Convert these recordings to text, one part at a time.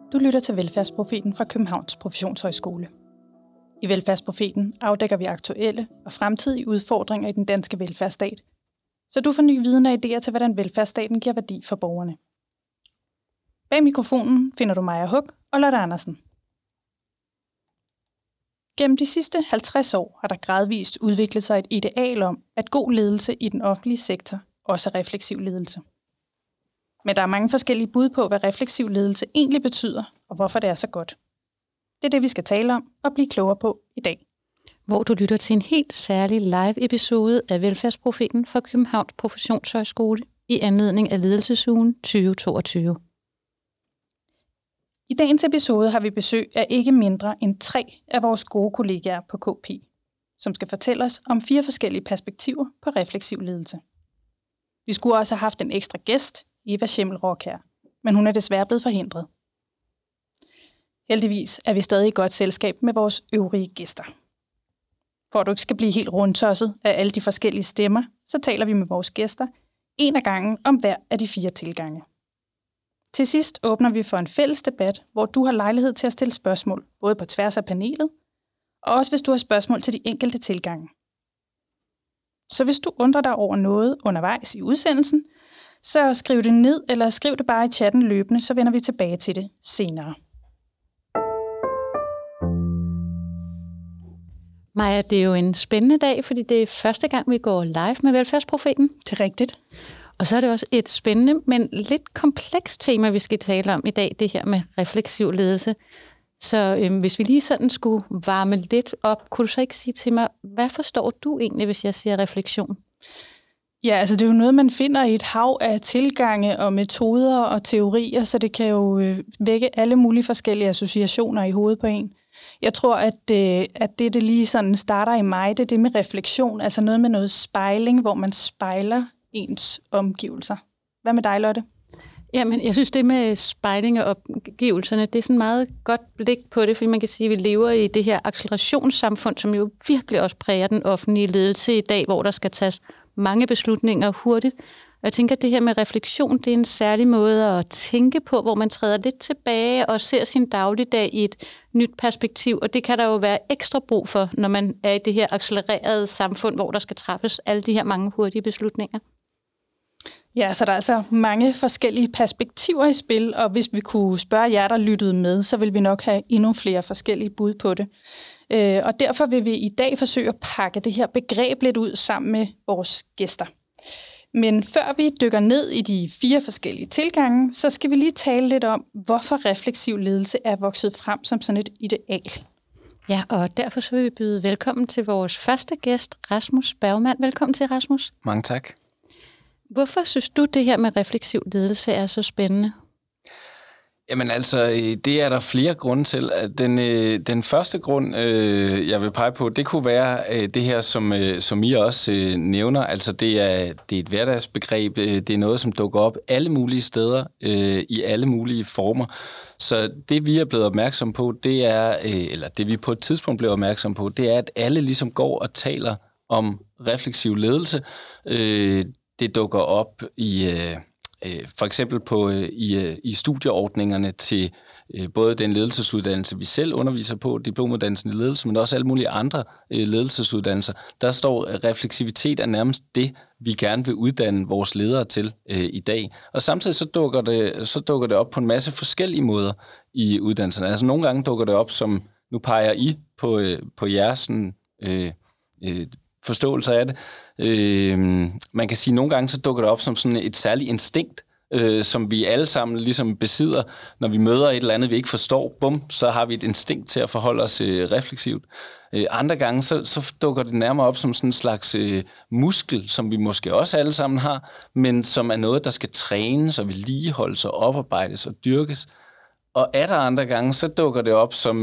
Du lytter til Velfærdsprofeten fra Københavns Professionshøjskole. I Velfærdsprofeten afdækker vi aktuelle og fremtidige udfordringer i den danske velfærdsstat, så du får ny viden og idéer til, hvordan velfærdsstaten giver værdi for borgerne. Bag mikrofonen finder du Maja Huk og Lotte Andersen. Gennem de sidste 50 år har der gradvist udviklet sig et ideal om, at god ledelse i den offentlige sektor også er refleksiv ledelse. Men der er mange forskellige bud på, hvad refleksiv ledelse egentlig betyder, og hvorfor det er så godt. Det er det, vi skal tale om og blive klogere på i dag. Hvor du lytter til en helt særlig live-episode af Velfærdsprofeten fra Københavns Professionshøjskole i anledning af Ledelsesugen 2022. I dagens episode har vi besøg af ikke mindre end 3 af vores gode kollegaer på KP, som skal fortælle os om 4 forskellige perspektiver på refleksiv ledelse. Vi skulle også have haft en ekstra gæst, Eva Schimmel-Rockher, men hun er desværre blevet forhindret. Heldigvis er vi stadig i godt selskab med vores øvrige gæster. For at du ikke skal blive helt rundtosset af alle de forskellige stemmer, så taler vi med vores gæster en af gangen om hver af de 4 tilgange. Til sidst åbner vi for en fælles debat, hvor du har lejlighed til at stille spørgsmål, både på tværs af panelet, og også hvis du har spørgsmål til de enkelte tilgange. Så hvis du undrer dig over noget undervejs i udsendelsen, så skriv det ned, eller skriv det bare i chatten løbende, så vender vi tilbage til det senere. Maja, det er jo en spændende dag, fordi det er første gang, vi går live med Velfærdsprofeten. Det er rigtigt. Og så er det også et spændende, men lidt komplekst tema, vi skal tale om i dag, det her med refleksiv ledelse. Så hvis vi lige sådan skulle varme lidt op, kunne du så ikke sige til mig, hvad forstår du egentlig, hvis jeg siger refleksion? Ja, altså det er jo noget, man finder i et hav af tilgange og metoder og teorier, så det kan jo vække alle mulige forskellige associationer i hovedet på en. Jeg tror, at det lige sådan starter i mig, det er det med refleksion, altså noget med noget spejling, hvor man spejler ens omgivelser. Hvad med dig, Lotte? Jamen, jeg synes, det med spejling og omgivelserne, det er sådan meget godt blik på det, fordi man kan sige, at vi lever i det her accelerationssamfund, som jo virkelig også præger den offentlige ledelse i dag, hvor der skal tages mange beslutninger hurtigt. Og jeg tænker, at det her med refleksion, det er en særlig måde at tænke på, hvor man træder lidt tilbage og ser sin dagligdag i et nyt perspektiv. Og det kan der jo være ekstra brug for, når man er i det her accelererede samfund, hvor der skal træffes alle de her mange hurtige beslutninger. Ja, så der er altså mange forskellige perspektiver i spil, og hvis vi kunne spørge jer, der lyttede med, så vil vi nok have endnu flere forskellige bud på det. Og derfor vil vi i dag forsøge at pakke det her begreb lidt ud sammen med vores gæster. Men før vi dykker ned i de 4 forskellige tilgange, så skal vi lige tale lidt om, hvorfor refleksiv ledelse er vokset frem som sådan et ideal. Ja, og derfor så vil vi byde velkommen til vores første gæst, Rasmus Bergmann. Velkommen til, Rasmus. Mange tak. Hvorfor synes du, det her med refleksiv ledelse er så spændende? Jamen altså, det er der flere grunde til. Den første grund, jeg vil pege på, det kunne være det her, som I også nævner. Altså, det er et hverdagsbegreb. Det er noget, som dukker op alle mulige steder, i alle mulige former. Så det, vi er blevet opmærksom på, det er, eller det vi på et tidspunkt blev opmærksom på, det er, at alle ligesom går og taler om refleksiv ledelse. Det dukker op i... For eksempel i studieordningerne til både den ledelsesuddannelse, vi selv underviser på, diplomuddannelsen i ledelse, men også alle mulige andre ledelsesuddannelser. Der står, refleksivitet er nærmest det, vi gerne vil uddanne vores ledere til i dag. Og samtidig så dukker det op på en masse forskellige måder i uddannelserne. Altså nogle gange dukker det op som, nu peger I på jeres sådan, forståelse af det. Man kan sige, at nogle gange så dukker det op som sådan et særligt instinkt, som vi alle sammen ligesom besidder. Når vi møder et eller andet, vi ikke forstår, bum, så har vi et instinkt til at forholde os refleksivt. Andre gange så dukker det nærmere op som sådan en slags muskel, som vi måske også alle sammen har, men som er noget, der skal trænes og vedligeholdes og oparbejdes og dyrkes. Og der andre gange, så dukker det op som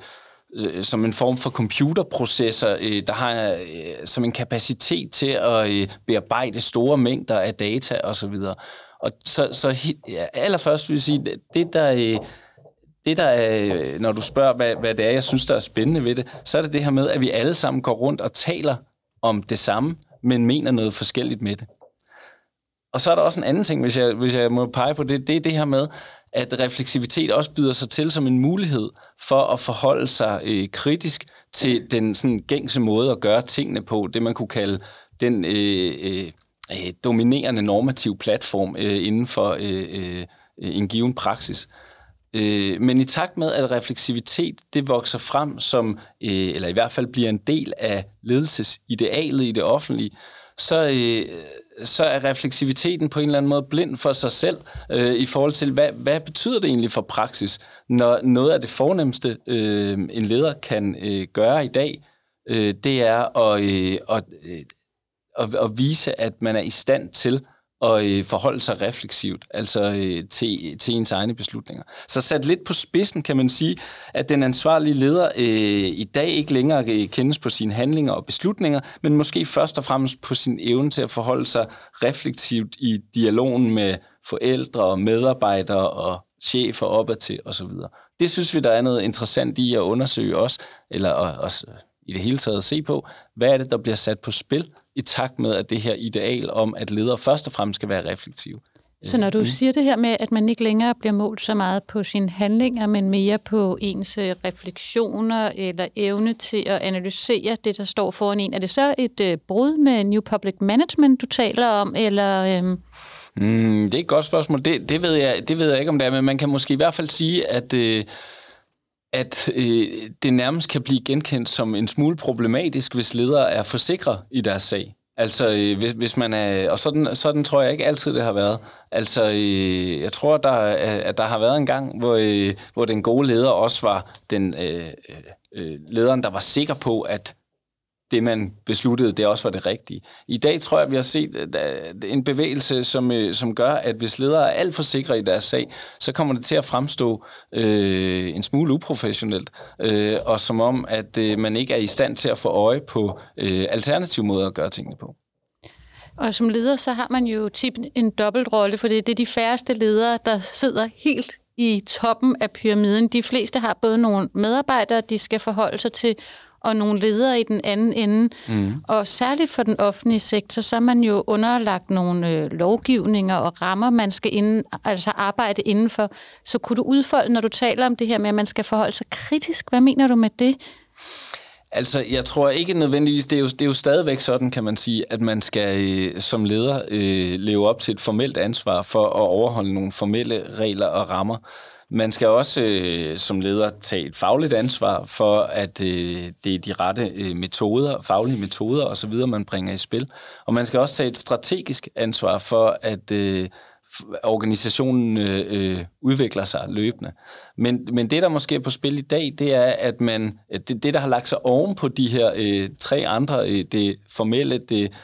en form for computerprocessor, der har som en kapacitet til at bearbejde store mængder af data osv. Og så allerførst vil jeg sige, det der er, når du spørger, hvad det er, jeg synes, der er spændende ved det, så er det her med, at vi alle sammen går rundt og taler om det samme, men mener noget forskelligt med det. Og så er der også en anden ting, hvis jeg må pege på det, det er det her med, at refleksivitet også byder sig til som en mulighed for at forholde sig kritisk til den sådan gængse måde at gøre tingene på, det man kunne kalde den dominerende normative platform inden for en given praksis. Men i takt med, at refleksivitet det vokser frem som, eller i hvert fald bliver en del af ledelsesidealet i det offentlige, så er refleksiviteten på en eller anden måde blind for sig selv i forhold til, hvad betyder det egentlig for praksis, når noget af det fornemste, en leder kan gøre i dag, det er at vise, at man er i stand til at forholde sig refleksivt, altså til ens egne beslutninger. Så sat lidt på spidsen kan man sige, at den ansvarlige leder i dag ikke længere kendes på sine handlinger og beslutninger, men måske først og fremmest på sin evne til at forholde sig refleksivt i dialogen med forældre og medarbejdere og chefer opad til osv. Det synes vi, der er noget interessant i at undersøge også, eller også i det hele taget at se på, hvad er det, der bliver sat på spil i takt med, at det her ideal om, at ledere først og fremmest skal være reflektive. Så når du siger det her med, at man ikke længere bliver målt så meget på sine handlinger, men mere på ens refleksioner eller evne til at analysere det, der står foran en, er det så et brud med New Public Management, du taler om, eller... Det er et godt spørgsmål. Det ved jeg ikke, om det er, men man kan måske i hvert fald sige, at det nærmest kan blive genkendt som en smule problematisk, hvis ledere er for sikre i deres sag. Altså, hvis man er... Og sådan tror jeg ikke altid, det har været. Altså, jeg tror, at der har været en gang, hvor den gode leder også var den lederen, der var sikker på, at det, man besluttede, det også var det rigtige. I dag tror jeg, vi har set en bevægelse, som gør, at hvis ledere er alt for sikre i deres sag, så kommer det til at fremstå en smule uprofessionelt, og som om, at man ikke er i stand til at få øje på alternative måder at gøre tingene på. Og som leder, så har man jo tit en dobbeltrolle, for det er de færreste ledere, der sidder helt i toppen af pyramiden. De fleste har både nogle medarbejdere, de skal forholde sig til, og nogle ledere i den anden ende. Og særligt for den offentlige sektor, så er man jo underlagt nogle lovgivninger og rammer, man skal arbejde indenfor. Så kunne du udfolde, når du taler om det her med, at man skal forholde sig kritisk? Hvad mener du med det? Altså, jeg tror ikke nødvendigvis, det er jo stadigvæk sådan, kan man sige, at man skal som leder leve op til et formelt ansvar for at overholde nogle formelle regler og rammer. Man skal også som leder tage et fagligt ansvar for, at det er de rette metoder, faglige metoder osv., man bringer i spil. Og man skal også tage et strategisk ansvar for, at organisationen udvikler sig løbende. Men det, der måske er på spil i dag, det er, at det, der har lagt sig oven på de her tre andre, det formelle,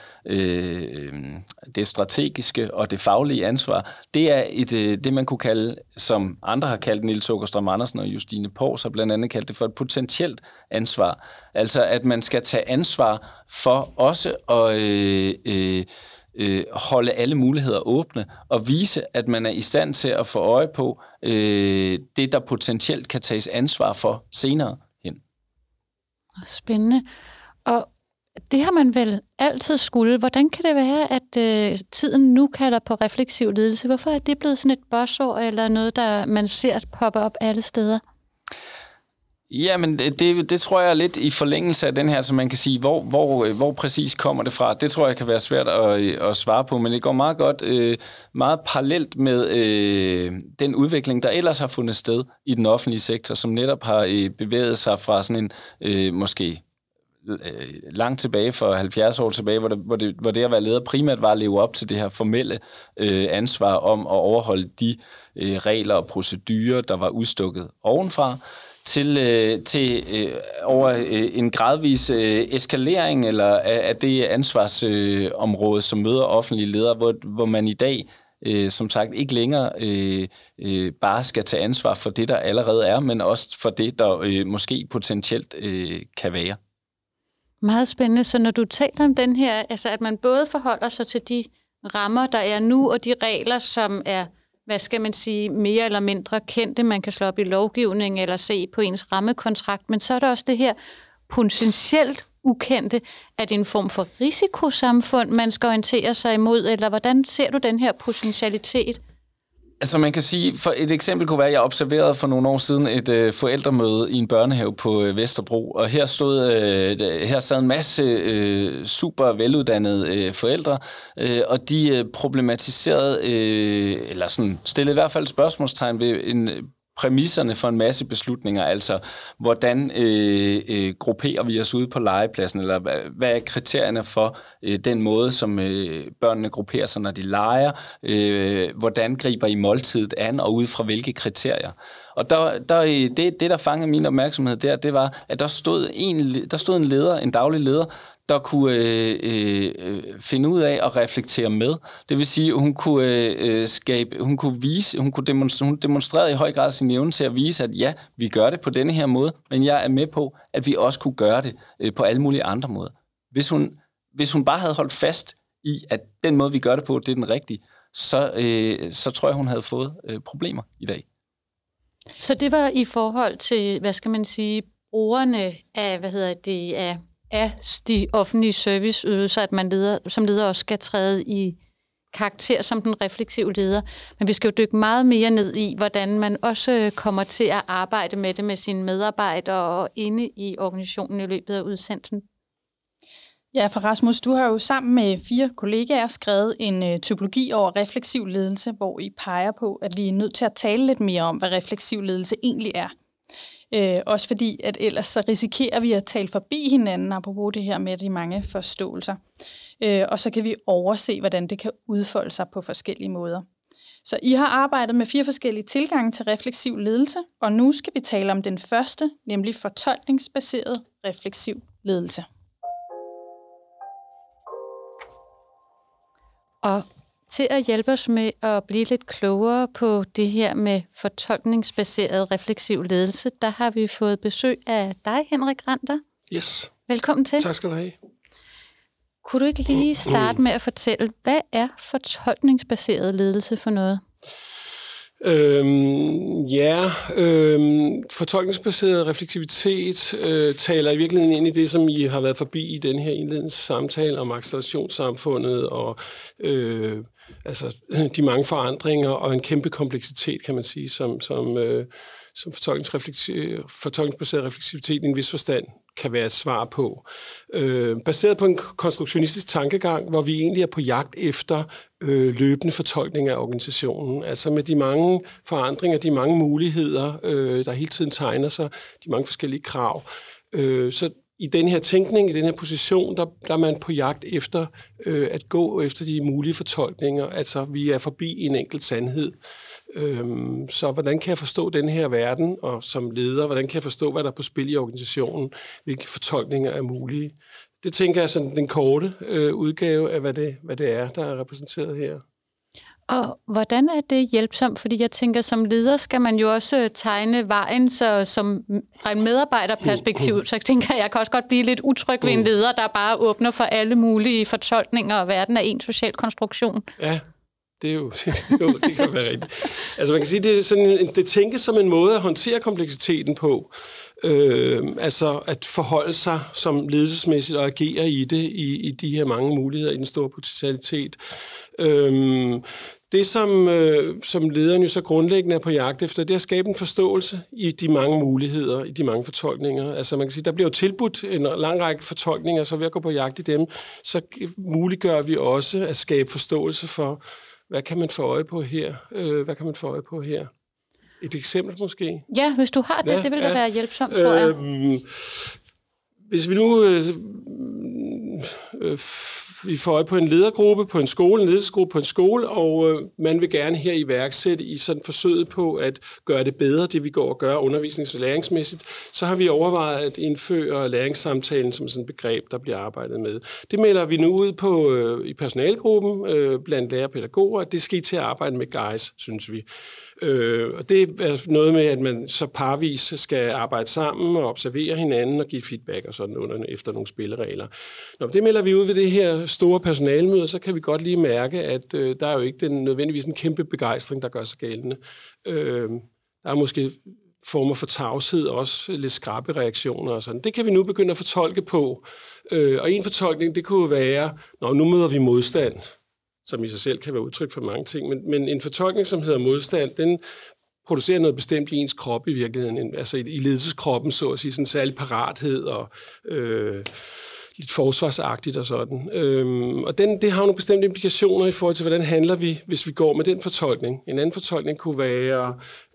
det strategiske og det faglige ansvar, det er det, man kunne kalde, som andre har kaldt, Niels Åkerstrøm Andersen og Justine Pors har blandt andet kaldt det for et potentielt ansvar. Altså, at man skal tage ansvar for også at holde alle muligheder åbne og vise, at man er i stand til at få øje på det, der potentielt kan tages ansvar for senere hen. Spændende. Og det har man vel altid skulle. Hvordan kan det være, at tiden nu kalder på refleksiv ledelse? Hvorfor er det blevet sådan et buzzord, eller noget, der man ser poppe op alle steder? Ja, men det tror jeg er lidt i forlængelse af den her, så man kan sige, hvor præcis kommer det fra. Det tror jeg kan være svært at svare på, men det går meget godt, meget parallelt med den udvikling, der ellers har fundet sted i den offentlige sektor, som netop har bevæget sig fra sådan en måske langt tilbage, for 70 år tilbage, hvor det at være leder primært var at leve op til det her formelle ansvar om at overholde de regler og procedurer, der var udstukket ovenfra, til over en gradvis eskalering eller af det ansvarsområde, som møder offentlige ledere, hvor man i dag som sagt ikke længere bare skal tage ansvar for det, der allerede er, men også for det, der måske potentielt kan være. Meget spændende. Så når du taler om den her, altså at man både forholder sig til de rammer, der er nu, og de regler, som er, hvad skal man sige, mere eller mindre kendte, man kan slå op i lovgivning eller se på ens rammekontrakt, men så er der også det her potentielt ukendte? Er det en form for risikosamfund, man skal orientere sig imod, eller hvordan ser du den her potentialitet? Altså man kan sige, for et eksempel kunne være, at jeg observerede for nogle år siden et forældremøde i en børnehave på Vesterbro, og her sad en masse super veluddannede forældre, og de problematiserede, eller sådan stillede i hvert fald spørgsmålstegn ved præmisserne for en masse beslutninger, altså hvordan grupperer vi os ude på legepladsen, eller hvad er kriterierne for den måde, som børnene grupperer sig, når de leger, hvordan griber I måltidet an, og ud fra hvilke kriterier. Og det, der fangede min opmærksomhed det var, at der stod en leder, en daglig leder, der kunne finde ud af at reflektere med. Det vil sige, hun demonstrerede i høj grad sin evne til at vise, at ja, vi gør det på denne her måde, men jeg er med på, at vi også kunne gøre det på alle mulige andre måder. Hvis hun bare havde holdt fast i, at den måde, vi gør det på, det er den rigtige, så tror jeg, hun havde fået problemer i dag. Så det var i forhold til, hvad skal man sige, brugerne af, af de offentlige serviceydelser, at man som leder også skal træde i karakter som den refleksive leder. Men vi skal jo dykke meget mere ned i, hvordan man også kommer til at arbejde med det med sine medarbejdere og inde i organisationen i løbet af udsendelsen. Ja, for Rasmus, du har jo sammen med 4 kollegaer skrevet en typologi over refleksiv ledelse, hvor I peger på, at vi er nødt til at tale lidt mere om, hvad refleksiv ledelse egentlig er. Også fordi, at ellers så risikerer vi at tale forbi hinanden, apropos det her med de mange forståelser. Og så kan vi overse, hvordan det kan udfolde sig på forskellige måder. Så I har arbejdet med 4 forskellige tilgange til refleksiv ledelse, og nu skal vi tale om den første, nemlig fortolkningsbaseret refleksiv ledelse. Og til at hjælpe os med at blive lidt klogere på det her med fortolkningsbaseret refleksiv ledelse, der har vi fået besøg af dig, Henrik Randter. Yes. Velkommen til. Tak skal du have. Kunne du ikke lige starte med at fortælle, hvad er fortolkningsbaseret ledelse for noget? Fortolkningsbaseret refleksivitet taler i virkeligheden ind i det, som I har været forbi i den her indledende samtale om accelerationssamfundet og de mange forandringer og en kæmpe kompleksitet, kan man sige, som fortolkningsbaseret refleksivitet i en vis forstand kan være et svar på. Baseret på en konstruktionistisk tankegang, hvor vi egentlig er på jagt efter løbende fortolkning af organisationen. Altså med de mange forandringer, de mange muligheder, der hele tiden tegner sig, de mange forskellige krav. Så i den her tænkning, i den her position, der er man på jagt efter at gå efter de mulige fortolkninger. Altså vi er forbi en enkelt sandhed. Så hvordan kan jeg forstå den her verden, og som leder, hvordan kan jeg forstå, hvad der er på spil i organisationen, hvilke fortolkninger er mulige? Det tænker jeg sådan den korte udgave af, hvad det er, der er repræsenteret her. Og hvordan er det hjælpsomt? Fordi jeg tænker, som leder skal man jo også tegne vejen, så som fra en medarbejderperspektiv, så tænker jeg kan også godt blive lidt utryg ved en leder, der bare åbner for alle mulige fortolkninger, og verden er en social konstruktion. Ja. Det kan være rigtigt. Altså man kan sige, det tænkes som en måde at håndtere kompleksiteten på. Altså at forholde sig som ledelsesmæssigt og agere i det, i de her mange muligheder, i den store potentialitet. Det, som lederen jo så grundlæggende er på jagt efter, det er at skabe en forståelse i de mange muligheder, i de mange fortolkninger. Altså man kan sige, der bliver jo tilbudt en lang række fortolkninger, så ved at gå på jagt i dem, så muliggør vi også at skabe forståelse for, hvad kan man få øje på her? Hvad kan man få øje på her? Et eksempel måske? Ja, hvis du har det, det vil da være hjælpsomt, tror jeg. Hvis vi nu vi får øje på en ledergruppe på en skole, en ledelsesgruppe på en skole, og man vil gerne her iværksætte i sådan forsøget på at gøre det bedre, det vi går og gør undervisnings- og læringsmæssigt, så har vi overvejet at indføre læringssamtalen som sådan et begreb, der bliver arbejdet med. Det melder vi nu ud på i personalegruppen blandt lærere og pædagoger, at det skal I til at arbejde med guys, synes vi. Og det er noget med, at man så parvis skal arbejde sammen og observere hinanden og give feedback og sådan efter nogle spilleregler. Når det melder vi ud ved det her store personalemøde, så kan vi godt lige mærke, at der er jo ikke nødvendigvis en kæmpe begejstring, der gør sig gældende. Der er måske former for tavshed, også lidt skrappe reaktioner og sådan. Det kan vi nu begynde at fortolke på. Og en fortolkning, det kunne være, nu møder vi modstand, som i sig selv kan være udtryk for mange ting, men en fortolkning, som hedder modstand, den producerer noget bestemt i ens krop i virkeligheden, altså i ledelseskroppen, så at sige, sådan en særlig parathed og lidt forsvarsagtigt og sådan. Og det har nogle bestemte implikationer i forhold til, hvordan handler vi, hvis vi går med den fortolkning. En anden fortolkning kunne være,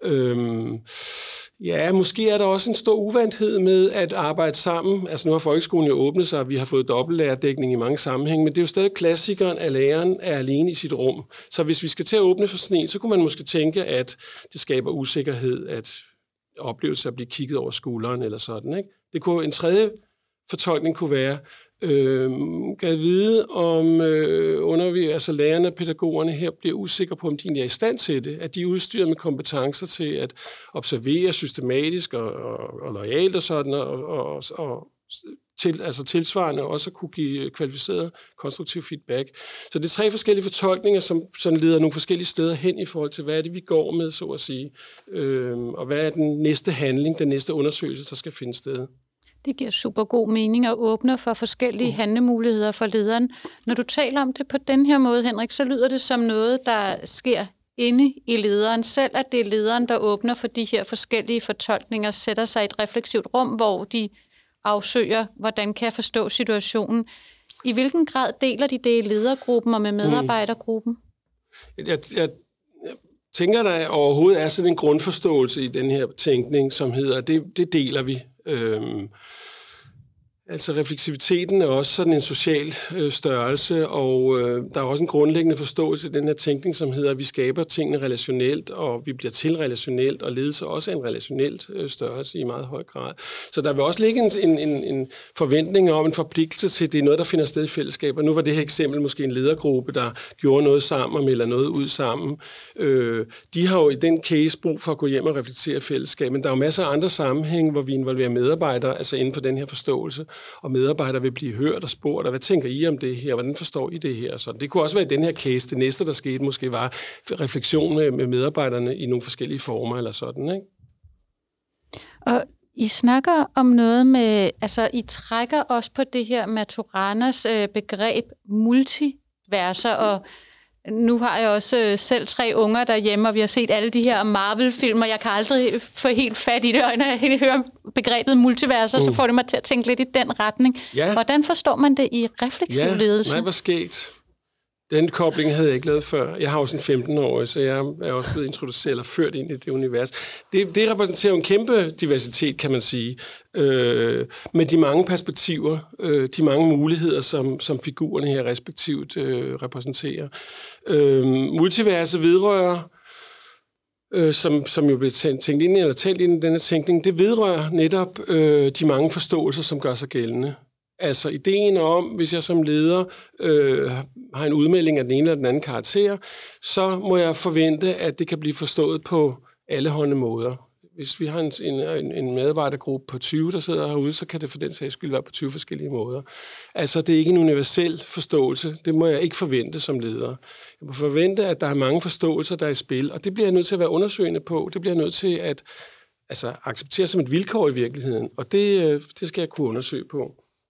måske er der også en stor uvanthed med at arbejde sammen. Altså nu har folkeskolen jo åbnet sig, og vi har fået dobbeltlærerdækning i mange sammenhænge, men det er jo stadig klassikeren, at læreren er alene i sit rum. Så hvis vi skal til at åbne for sådan en, så kunne man måske tænke, at det skaber usikkerhed, at oplevelse at blive kigget over skulderen eller sådan, ikke? Det kunne en tredje fortolkning kunne være, kan vide, om altså lærerne og pædagogerne her bliver usikre på, om de er i stand til det, at de er udstyret med kompetencer til at observere systematisk og loyalt og sådan, og tilsvarende også at kunne give kvalificeret konstruktiv feedback. Så det er 3 forskellige fortolkninger, som sådan leder nogle forskellige steder hen i forhold til, hvad er det, vi går med, så at sige, og hvad er den næste handling, den næste undersøgelse, der skal finde sted. Det giver super god mening at åbne for forskellige handlemuligheder for lederen. Når du taler om det på den her måde, Henrik, så lyder det som noget, der sker inde i lederen selv, at det er lederen, der åbner for de her forskellige fortolkninger, sætter sig i et refleksivt rum, hvor de afsøger, hvordan kan jeg forstå situationen. I hvilken grad deler de det i ledergruppen og med medarbejdergruppen? Jeg tænker, der overhovedet er sådan en grundforståelse i den her tænkning, som hedder, det deler vi. Altså refleksiviteten er også sådan en social størrelse, og der er også en grundlæggende forståelse i den her tænkning, som hedder, at vi skaber tingene relationelt, og vi bliver til relationelt, og ledelse også er en relationelt størrelse i meget høj grad. Så der vil også ligge en forventning om, en forpligtelse til, at det er noget, der finder sted i fællesskab. Og nu var det her eksempel måske en ledergruppe, der gjorde noget sammen og melder noget ud sammen. De har jo i den case brug for at gå hjem og reflektere fællesskab, men der er jo masser af andre sammenhænge, hvor vi involverer medarbejdere, altså inden for den her forståelse, og medarbejdere vil blive hørt og spurgt, og hvad tænker I om det her, hvordan forstår I det her? Så det kunne også være i den her case. Det næste, der skete, måske var refleksion med medarbejderne i nogle forskellige former eller sådan, ikke? Og I snakker om noget med, altså I trækker også på det her Maturanas begreb multiverser, og nu har jeg også selv 3 unger derhjemme, og vi har set alle de her Marvel-filmer. Jeg kan aldrig få helt fat i det, og når jeg hører begrebet multiverser, så får det mig til at tænke lidt i den retning. Ja. Hvordan forstår man det i refleksiv ledelse? Nej, hvor skægt. Den kobling havde jeg ikke lavet før. Jeg har jo sådan 15-årig, så jeg er også blevet introduceret eller ført ind i det univers. Det repræsenterer en kæmpe diversitet, kan man sige, med de mange perspektiver, de mange muligheder, som figurerne her respektivt repræsenterer. Multiverset vedrører, som jo blev tænkt ind eller talt ind i denne tænkning, det vedrører netop de mange forståelser, som gør sig gældende. Altså ideen om, hvis jeg som leder har en udmelding af den ene eller den anden karakter, så må jeg forvente, at det kan blive forstået på allehånde måder. Hvis vi har en medarbejdergruppe på 20, der sidder herude, så kan det for den sags skyld være på 20 forskellige måder. Altså, det er ikke en universel forståelse. Det må jeg ikke forvente som leder. Jeg må forvente, at der er mange forståelser, der er i spil, og det bliver jeg nødt til at være undersøgende på. Det bliver jeg nødt til at acceptere som et vilkår i virkeligheden, og det skal jeg kunne undersøge på.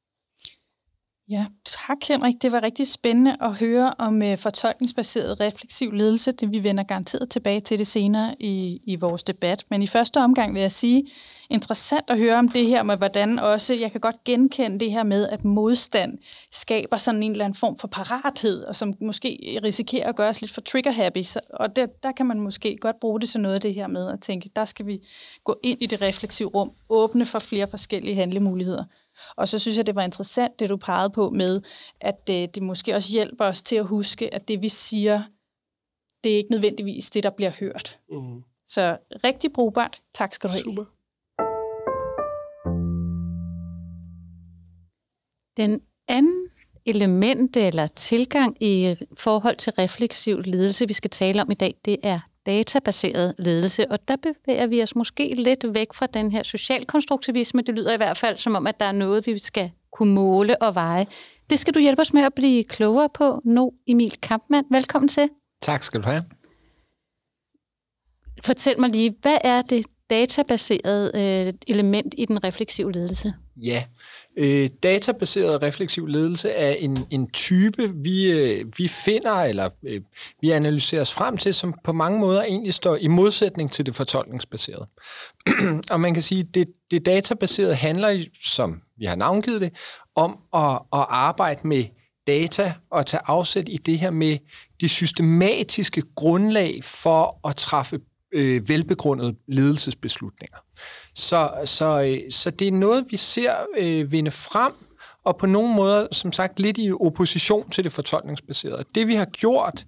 Ja, tak Henrik. Det var rigtig spændende at høre om fortolkningsbaseret refleksiv ledelse. Vi vender garanteret tilbage til det senere i vores debat. Men i første omgang vil jeg sige, interessant at høre om det her med, hvordan også, jeg kan godt genkende det her med, at modstand skaber sådan en eller anden form for parathed, og som måske risikerer at gøre os lidt for trigger-happy. Og der kan man måske godt bruge det til noget af det her med at tænke, der skal vi gå ind i det refleksive rum, åbne for flere forskellige handlemuligheder. Og så synes jeg, det var interessant, det du pegede på med, at det måske også hjælper os til at huske, at det vi siger, det er ikke nødvendigvis det, der bliver hørt. Mm. Så rigtig brugbart. Tak skal du have. Super. Den anden element eller tilgang i forhold til refleksiv ledelse, vi skal tale om i dag, det er databaseret ledelse, og der bevæger vi os måske lidt væk fra den her socialkonstruktivisme. Det lyder i hvert fald som om, at der er noget, vi skal kunne måle og veje. Det skal du hjælpe os med at blive klogere på nu, Emil Kampmann. Velkommen til. Tak skal du have. Fortæl mig lige, hvad er det databaseret element i den refleksive ledelse? Ja, databaseret refleksiv ledelse er en type, vi finder, eller vi analyserer os frem til, som på mange måder egentlig står i modsætning til det fortolkningsbaserede. Og man kan sige, at det databaserede handler, som vi har navngivet det, om at arbejde med data og tage afsæt i det her med de systematiske grundlag for at træffe velbegrundede ledelsesbeslutninger. Så det er noget, vi ser vinde frem, og på nogle måder, som sagt, lidt i opposition til det fortolkningsbaserede. Det, vi har gjort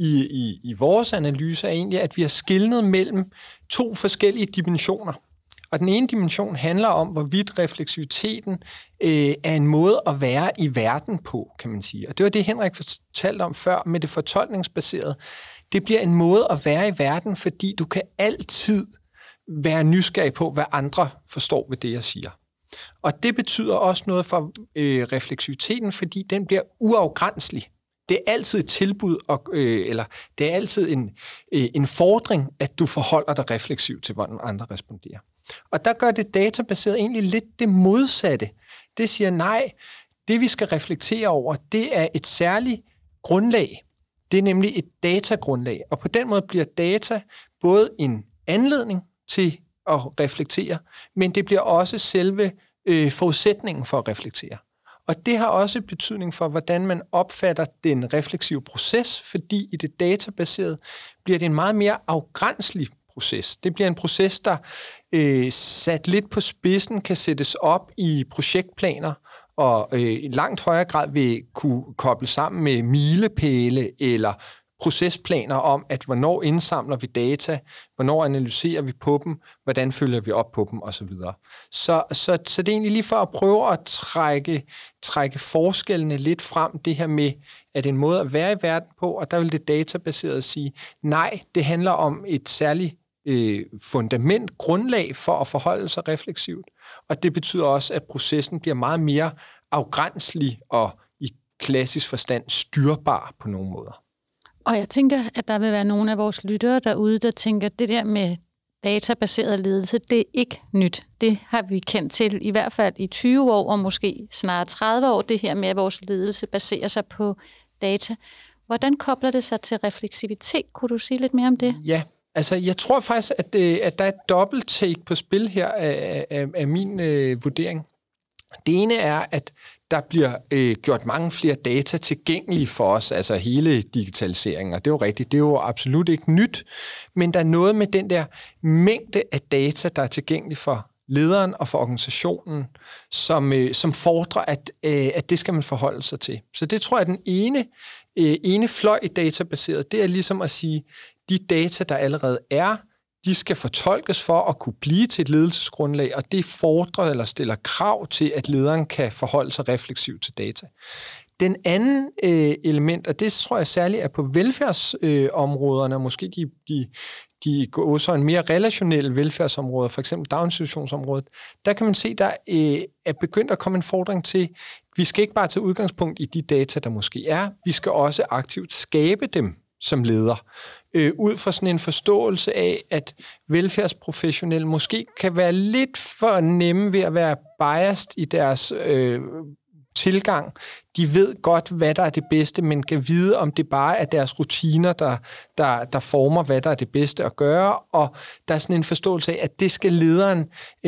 i vores analyse, er egentlig, at vi har skelnet mellem to forskellige dimensioner. Og den ene dimension handler om, hvorvidt refleksiviteten er en måde at være i verden på, kan man sige. Og det var det, Henrik fortalte om før med det fortolkningsbaserede. Det bliver en måde at være i verden, fordi du kan altid være nysgerrig på, hvad andre forstår ved det, jeg siger. Og det betyder også noget for refleksiviteten, fordi den bliver uafgrænselig. Det er altid et tilbud, eller det er altid en fordring, at du forholder dig refleksivt til, hvordan andre responderer. Og der gør det databaseret egentlig lidt det modsatte. Det siger nej, det vi skal reflektere over, det er et særligt grundlag. Det er nemlig et datagrundlag, og på den måde bliver data både en anledning til at reflektere, men det bliver også selve forudsætningen for at reflektere. Og det har også betydning for, hvordan man opfatter den refleksive proces, fordi i det databaserede bliver det en meget mere afgrænselig proces. Det bliver en proces, der sat lidt på spidsen kan sættes op i projektplaner, og i langt højere grad vil kunne koble sammen med milepæle eller procesplaner om, at hvornår indsamler vi data, hvornår analyserer vi på dem, hvordan følger vi op på dem osv. Så det er egentlig lige for at prøve at trække forskellene lidt frem, det her med, at en måde at være i verden på, og der vil det databaseret sige, nej, det handler om et særligt fundament, grundlag for at forholde sig refleksivt, og det betyder også, at processen bliver meget mere afgrænselig og i klassisk forstand styrbar på nogle måder. Og jeg tænker, at der vil være nogle af vores lyttere derude, der tænker, at det der med databaseret ledelse, det er ikke nyt. Det har vi kendt til i hvert fald i 20 år, og måske snart 30 år, det her med, at vores ledelse baserer sig på data. Hvordan kobler det sig til refleksivitet? Kunne du sige lidt mere om det? Ja, altså jeg tror faktisk, at der er et dobbelt take på spil her af min vurdering. Det ene er, at der bliver gjort mange flere data tilgængelige for os, altså hele digitaliseringen, og det er jo rigtigt, det er jo absolut ikke nyt, men der er noget med den der mængde af data, der er tilgængelig for lederen og for organisationen, som fordrer, at det skal man forholde sig til. Så det tror jeg, den ene fløj i databaseret, det er ligesom at sige, de data, der allerede er, de skal fortolkes for at kunne blive til et ledelsesgrundlag, og det fordrer eller stiller krav til, at lederen kan forholde sig refleksivt til data. Den anden element, og det tror jeg særligt er på velfærdsområderne, og måske de går så en mere relationelle velfærdsområder, for eksempel daginstitutionsområdet, der kan man se, der er begyndt at komme en fordring til, vi skal ikke bare tage udgangspunkt i de data, der måske er, vi skal også aktivt skabe dem som leder, ud fra sådan en forståelse af, at velfærdsprofessionelle måske kan være lidt for nemme ved at være biased i deres tilgang. De ved godt, hvad der er det bedste, men kan vide, om det bare er deres rutiner, der former, hvad der er det bedste at gøre, og der er sådan en forståelse af, at det skal lederen,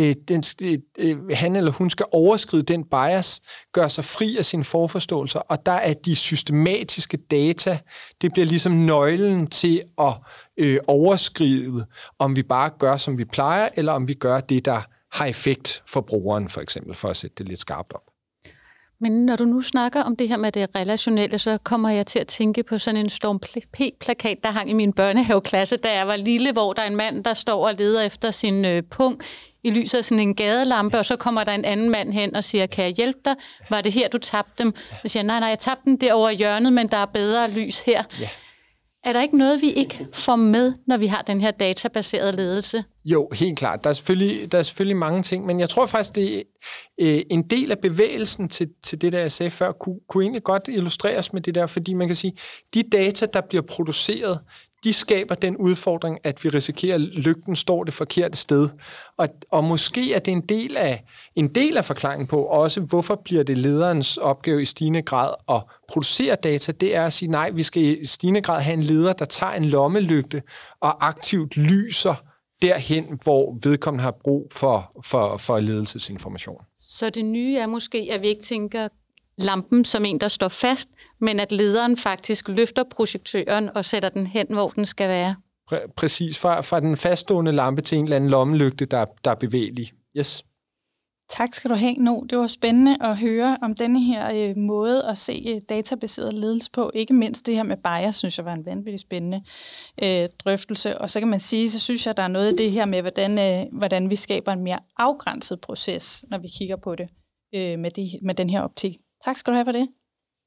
han eller hun skal overskride den bias, gøre sig fri af sine forforståelser, og der er de systematiske data, det bliver ligesom nøglen til at overskride, om vi bare gør, som vi plejer, eller om vi gør det, der har effekt for brugeren, for eksempel, for at sætte det lidt skarpt op. Men når du nu snakker om det her med det relationelle, så kommer jeg til at tænke på sådan en Storm P-plakat, der hang i min børnehaveklasse, da jeg var lille, hvor der er en mand, der står og leder efter sin pung i lyset af sådan en gadelampe, og så kommer der en anden mand hen og siger, kan jeg hjælpe dig? Var det her, du tabte dem? Jeg siger, nej, jeg tabte dem derovre i hjørnet, men der er bedre lys her. Ja. Er der ikke noget, vi ikke får med, når vi har den her databaserede ledelse? Jo, helt klart. Der er selvfølgelig mange ting, men jeg tror faktisk, det er en del af bevægelsen til det, der jeg sagde før, kunne egentlig godt illustreres med det der, fordi man kan sige, de data, der bliver produceret, de skaber den udfordring, at vi risikerer, at lygten står det forkerte sted. Og måske er det en del af forklaringen på også, hvorfor bliver det lederens opgave i stigende grad at producere data. Det er at sige, nej, vi skal i stigende grad have en leder, der tager en lommelygte og aktivt lyser derhen, hvor vedkommende har brug for ledelsesinformation. Så det nye er måske, at vi ikke tænker lampen som en, der står fast, men at lederen faktisk løfter projektøren og sætter den hen, hvor den skal være. Præcis, fra den faststående lampe til en eller anden lommelygte, der er bevægelig. Yes. Tak skal du have, No. Det var spændende at høre om denne her måde at se databaseret ledelse på. Ikke mindst det her med bias, synes jeg var en vanvittig spændende drøftelse. Og så kan man sige, så synes jeg, der er noget af det her med, hvordan vi skaber en mere afgrænset proces, når vi kigger på det med den her optik. Tak skal du have for det.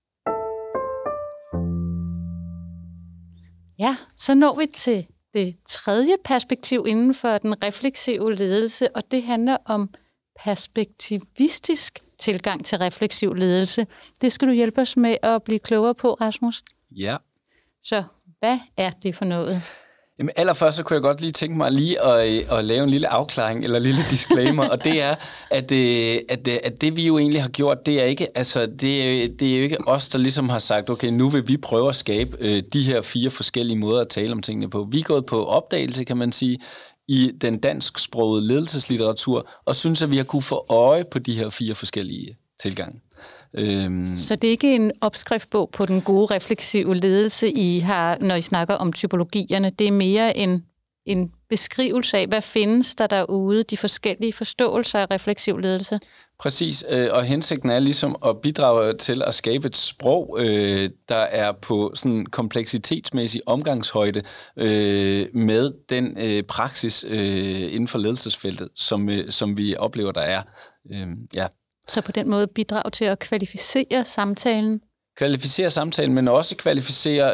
Ja, så når vi til det tredje perspektiv inden for den refleksive ledelse, og det handler om perspektivistisk tilgang til refleksiv ledelse. Det skal du hjælpe os med at blive klogere på, Rasmus. Ja. Så hvad er det for noget? Jamen, allerførst så kunne jeg godt lige tænke mig at lave en lille afklaring eller en lille disclaimer, og det er, at det vi jo egentlig har gjort, det er ikke, altså det er jo ikke os, der ligesom har sagt, okay, nu vil vi prøve at skabe de her 4 forskellige måder at tale om tingene på. Vi er gået på opdagelse, kan man sige, i den dansksprogede ledelseslitteratur, og synes, at vi har kunne få øje på de her 4 forskellige tilgange. Så det er ikke en opskriftsbog på den gode refleksive ledelse, I har, når I snakker om typologierne. Det er mere en beskrivelse af, hvad findes der derude, de forskellige forståelser af refleksiv ledelse. Præcis, og hensigten er ligesom at bidrage til at skabe et sprog, der er på sådan kompleksitetsmæssig omgangshøjde med den praksis inden for ledelsesfeltet, som vi oplever, der er. Ja. Så på den måde bidrage til at kvalificere samtalen? Kvalificere samtalen, men også kvalificere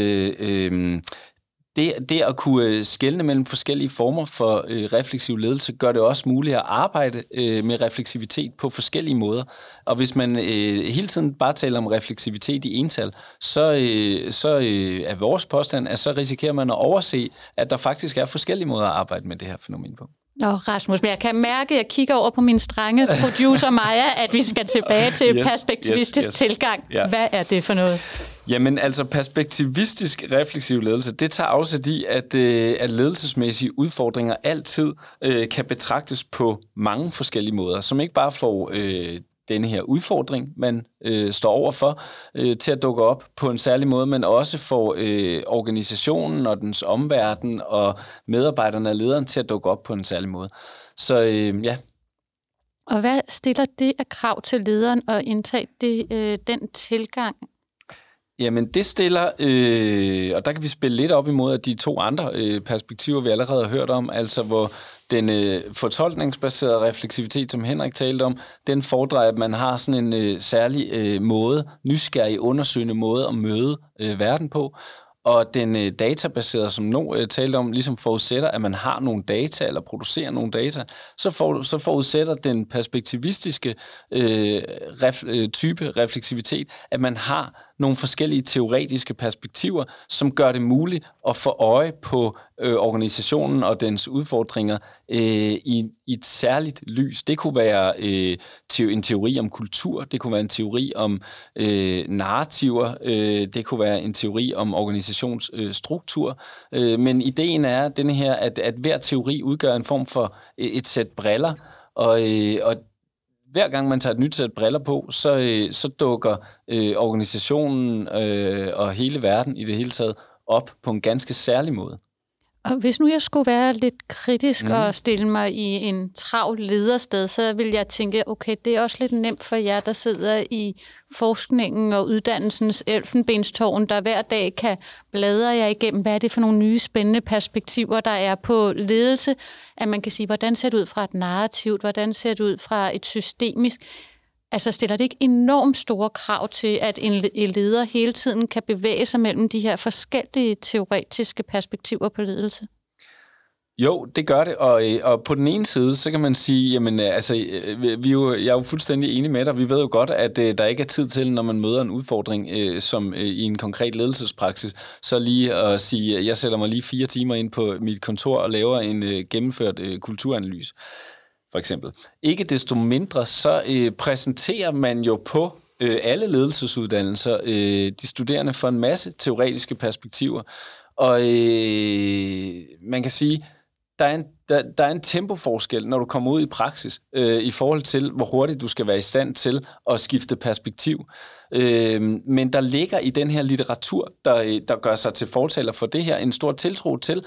det at kunne skelne mellem forskellige former for refleksiv ledelse, gør det også muligt at arbejde med refleksivitet på forskellige måder. Og hvis man hele tiden bare taler om refleksivitet i ental, så er vores påstand, at så risikerer man at overse, at der faktisk er forskellige måder at arbejde med det her fænomen på. Nå, Rasmus, men jeg kan mærke, at jeg kigger over på min strenge producer Maja, at vi skal tilbage til perspektivistisk tilgang. Ja. Hvad er det for noget? Jamen, altså perspektivistisk refleksiv ledelse, det tager afsæt i, at ledelsesmæssige udfordringer altid kan betragtes på mange forskellige måder, som ikke bare får denne her udfordring, man står overfor, til at dukke op på en særlig måde, men også får organisationen og dens omverden og medarbejderne og lederen til at dukke op på en særlig måde. Så ja. Og hvad stiller det af krav til lederen at indtage den tilgang? Jamen, det stiller, og der kan vi spille lidt op imod de 2 andre perspektiver, vi allerede har hørt om, altså hvor den fortolkningsbaserede refleksivitet, som Henrik talte om, den fordrer, at man har sådan en særlig måde, nysgerrig, undersøgende måde at møde verden på. Og den databaserede, som No talte om, ligesom forudsætter, at man har nogle data, eller producerer nogle data, så forudsætter den perspektivistiske type refleksivitet, at man har nogle forskellige teoretiske perspektiver, som gør det muligt at få øje på organisationen og dens udfordringer i et særligt lys. Det kunne være en teori om kultur, det kunne være en teori om narrativer, det kunne være en teori om organisationsstruktur, men ideen er denne her, at hver teori udgør en form for et sæt briller, og hver gang man tager et nyt sæt briller på, så dukker organisationen og hele verden i det hele taget op på en ganske særlig måde. Og hvis nu jeg skulle være lidt kritisk og stille mig i en travl ledersted, så vil jeg tænke, okay, det er også lidt nemt for jer, der sidder i forskningen og uddannelsens elfenbenstårn, der hver dag kan bladre jer igennem, hvad er det for nogle nye spændende perspektiver, der er på ledelse, at man kan sige, hvordan ser det ud fra et narrativt, hvordan ser det ud fra et systemisk. Altså stiller det ikke enormt store krav til, at en leder hele tiden kan bevæge sig mellem de her forskellige teoretiske perspektiver på ledelse? Jo, det gør det, og på den ene side, så kan man sige, jamen altså, jeg er jo fuldstændig enig med dig. Vi ved jo godt, at der ikke er tid til, når man møder en udfordring, som i en konkret ledelsespraksis, så lige at sige, at jeg sætter mig lige 4 timer ind på mit kontor og laver en gennemført kulturanalyse, for eksempel. Ikke desto mindre, så præsenterer man jo på alle ledelsesuddannelser de studerende for en masse teoretiske perspektiver, og man kan sige, der er en tempoforskel, når du kommer ud i praksis, i forhold til, hvor hurtigt du skal være i stand til at skifte perspektiv. Men der ligger i den her litteratur, der gør sig til fortaler for det her, en stor tiltro til,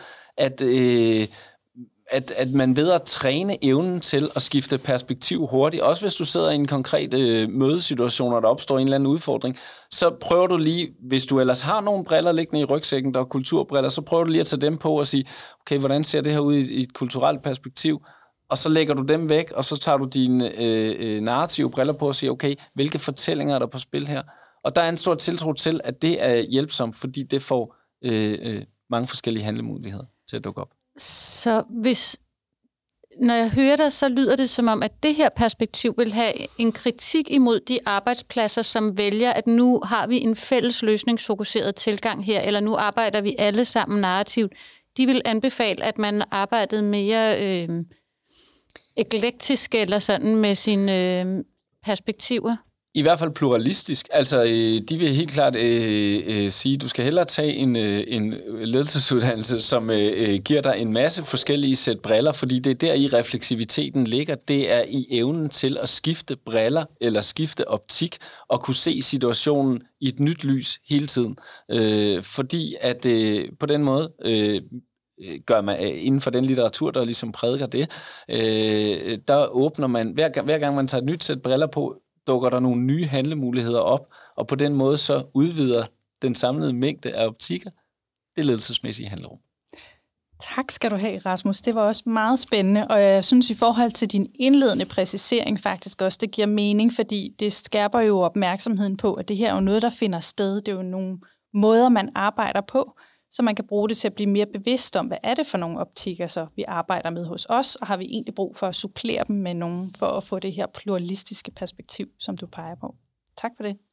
at man ved at træne evnen til at skifte perspektiv hurtigt, også hvis du sidder i en konkret mødesituation, og der opstår en eller anden udfordring, så prøver du lige, hvis du ellers har nogle briller liggende i rygsækken, der er kulturbriller, så prøver du lige at tage dem på og sige, okay, hvordan ser det her ud i et kulturelt perspektiv? Og så lægger du dem væk, og så tager du dine narrative briller på og siger, okay, hvilke fortællinger er der på spil her? Og der er en stor tiltro til, at det er hjælpsomt, fordi det får mange forskellige handlemuligheder til at dukke op. Så når jeg hører dig, så lyder det som om, at det her perspektiv vil have en kritik imod de arbejdspladser, som vælger, at nu har vi en fælles løsningsfokuseret tilgang her, eller nu arbejder vi alle sammen narrativt. De vil anbefale, at man arbejdede mere eklektisk eller sådan med sine perspektiver. I hvert fald pluralistisk. Altså, de vil helt klart sige, at du skal hellere tage en ledelsesuddannelse, som giver dig en masse forskellige sæt briller, fordi det er der i refleksiviteten ligger. Det er i evnen til at skifte briller eller skifte optik og kunne se situationen i et nyt lys hele tiden. Fordi at på den måde gør man inden for den litteratur, der ligesom prædiker det, der åbner man, hver gang man tager et nyt sæt briller på, dukker der nogle nye handlemuligheder op, og på den måde så udvider den samlede mængde af optikker det ledelsesmæssige handlerum. Tak skal du have, Rasmus. Det var også meget spændende, og jeg synes i forhold til din indledende præcisering faktisk også, det giver mening, fordi det skærper jo opmærksomheden på, at det her er jo noget, der finder sted. Det er jo nogle måder, man arbejder på, så man kan bruge det til at blive mere bevidst om, hvad er det for nogle optikker, så vi arbejder med hos os, og har vi egentlig brug for at supplere dem med nogen, for at få det her pluralistiske perspektiv, som du peger på. Tak for det.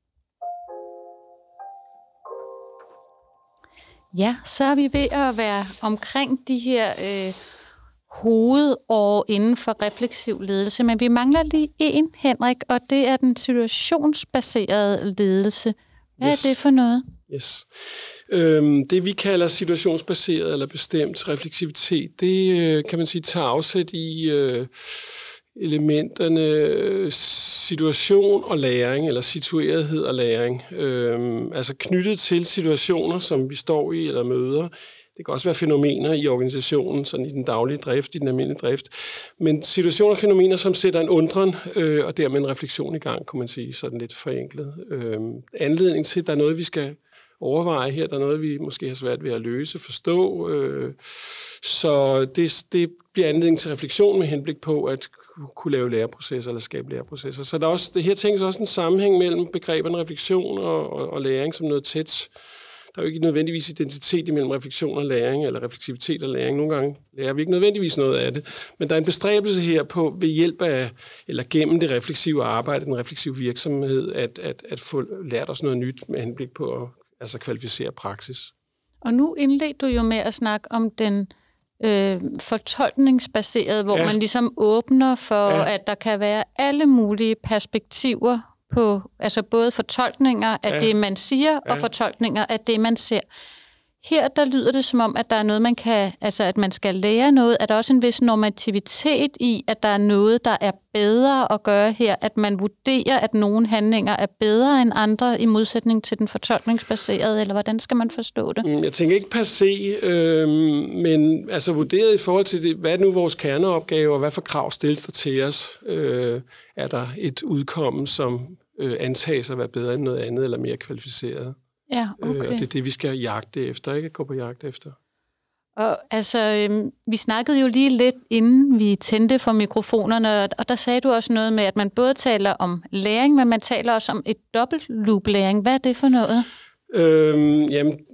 Ja, så er vi ved at være omkring de her hovedår inden for refleksiv ledelse, men vi mangler lige en, Henrik, og det er den situationsbaserede ledelse. Hvad er det for noget? Yes. Det vi kalder situationsbaseret eller bestemt refleksivitet, det kan man sige tager afsæt i elementerne situation og læring, eller situerethed og læring. Altså knyttet til situationer, som vi står i eller møder. Det kan også være fænomener i organisationen, sådan i den daglige drift, i den almindelige drift. Men situationer og fænomener, som sætter en undren, og dermed en refleksion i gang, kunne man sige, sådan lidt forenklet. Anledning til, at der er noget, vi skal overveje her, der er noget, vi måske har svært ved at løse, forstå. Så det bliver anledning til refleksion med henblik på at kunne lave læreprocesser eller skabe læreprocesser. Så der er også, det her tænkes også en sammenhæng mellem begreberne refleksion og læring som noget tæt. Der er jo ikke nødvendigvis identitet imellem refleksion og læring, eller refleksivitet og læring. Nogle gange lærer vi ikke nødvendigvis noget af det. Men der er en bestræbelse her på, ved hjælp af, eller gennem det refleksive arbejde, den refleksive virksomhed, at få lært os noget nyt med henblik på at kvalificere praksis. Og nu indledte du jo med at snakke om den fortolkningsbaserede, hvor man ligesom åbner for, at der kan være alle mulige perspektiver på, altså både fortolkninger af det, man siger, og fortolkninger af det, man ser. Her, der lyder det som om, at der er noget, man kan, altså at man skal lære noget. Er der også en vis normativitet i, at der er noget, der er bedre at gøre her? At man vurderer, at nogle handlinger er bedre end andre, i modsætning til den fortolkningsbaserede, eller hvordan skal man forstå det? Jeg tænker ikke per se, men altså vurderet i forhold til det, hvad er nu vores kerneopgave, og hvad for krav stilles der til os? Er der et udkomme, som antages at være bedre end noget andet, eller mere kvalificeret? Ja, okay. Og det er det, vi skal jagte efter, ikke? Gå på jagt efter. Og altså, vi snakkede jo lige lidt, inden vi tændte for mikrofonerne, og der sagde du også noget med, at man både taler om læring, men man taler også om et dobbelt loop læring. Hvad er det for noget? Jamen,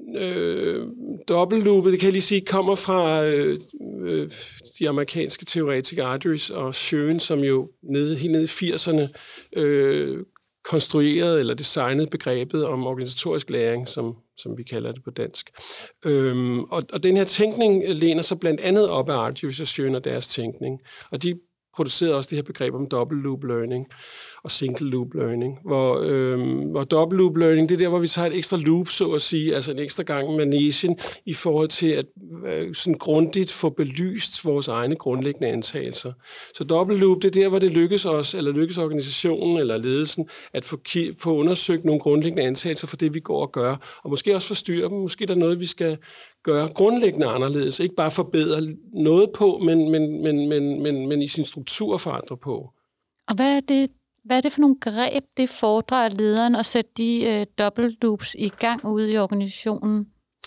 dobbeltloopet, det kan jeg lige sige, kommer fra de amerikanske teoretikere Ardrys og Schoen, som jo helt nede i 80'erne konstruerede eller designede begrebet om organisatorisk læring, som vi kalder det på dansk. Og den her tænkning læner sig blandt andet op af Ardrys og Schoen og deres tænkning. Og de producerede også det her begreb om double loop learning og single loop learning, hvor double loop learning, det er der, hvor vi tager et ekstra loop, så at sige, altså en ekstra gang manesien, i forhold til at sådan grundigt få belyst vores egne grundlæggende antagelser. Så double loop, det er der, hvor det lykkes os, eller lykkes organisationen eller ledelsen, at få undersøgt nogle grundlæggende antagelser for det, vi går og gør, og måske også forstyrre dem. Måske der er noget, vi skal gøre grundlæggende anderledes. Ikke bare forbedre noget på, men i sin struktur forandre på. Og hvad er det for nogle greb, det fordrer af lederen at sætte de dobbeltloops i gang ude i organisationen?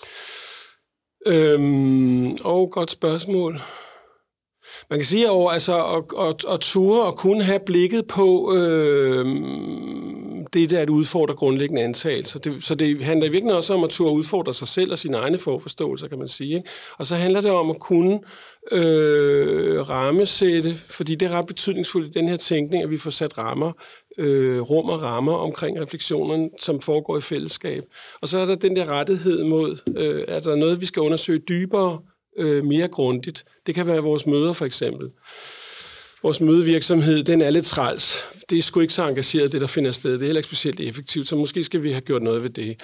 Godt spørgsmål. Man kan sige, at ture og kunne have blikket på det der at udfordre grundlæggende antagelser. Så det handler i virkeligheden også om at turde udfordre sig selv og sine egne forforståelser, kan man sige. Ikke? Og så handler det om at kunne rammesætte, fordi det er ret betydningsfuldt i den her tænkning, at vi får sat rum og rammer omkring refleksionerne, som foregår i fællesskab. Og så er der den der rettighed mod, at der er noget, vi skal undersøge dybere, mere grundigt. Det kan være vores møder, for eksempel. Vores mødevirksomhed, den er lidt træls. Det er sgu ikke så engageret, det der finder sted. Det er heller ikke specielt effektivt, så måske skal vi have gjort noget ved det.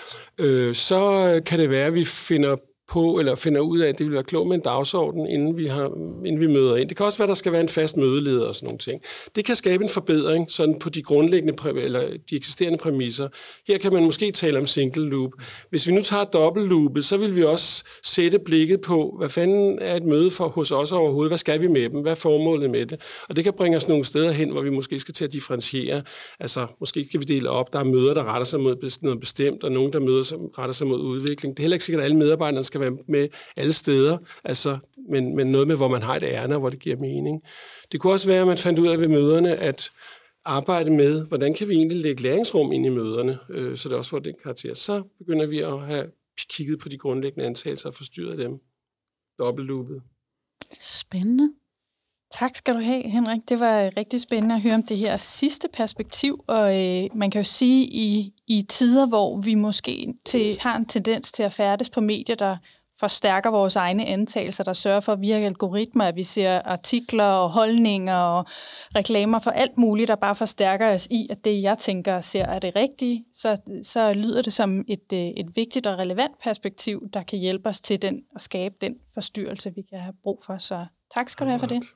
Så kan det være, at vi finder ud af, at det vil være klogt med en dagsorden, inden vi møder ind. Det kan også være, at der skal være en fast mødeleder og sådan nogle ting. Det kan skabe en forbedring sådan på de grundlæggende eller de eksisterende præmisser. Her kan man måske tale om single loop. Hvis vi nu tager dobbeltloopet, så vil vi også sætte blikket på, hvad fanden er et møde for hos os overhovedet? Hvad skal vi med dem? Hvad er formålet med det? Og det kan bringe os nogle steder hen, hvor vi måske skal til at differentiere. Altså, måske kan vi dele op. Der er møder, der retter sig mod noget bestemt, og nogle, der retter sig mod udvikling. Det er heller ikke sikkert, at alle medarbejderne skal være med alle steder, men noget med, hvor man har et ærne, og hvor det giver mening. Det kunne også være, at man fandt ud af ved møderne, at arbejde med, hvordan kan vi egentlig lægge læringsrum ind i møderne, så det også får den karakter. Så begynder vi at have kigget på de grundlæggende antagelser og forstyrret dem. Dobbeltloopet. Spændende. Tak skal du have, Henrik. Det var rigtig spændende at høre om det her sidste perspektiv, og man kan jo sige, i tider, hvor vi måske har en tendens til at færdes på medier, der forstærker vores egne antagelser, der sørger for via algoritmer, at vi ser artikler og holdninger og reklamer for alt muligt, der bare forstærker os i, at det, jeg tænker og ser, er det rigtige, så lyder det som et vigtigt og relevant perspektiv, der kan hjælpe os til at skabe den forstyrrelse, vi kan have brug for. Så tak skal du have for det.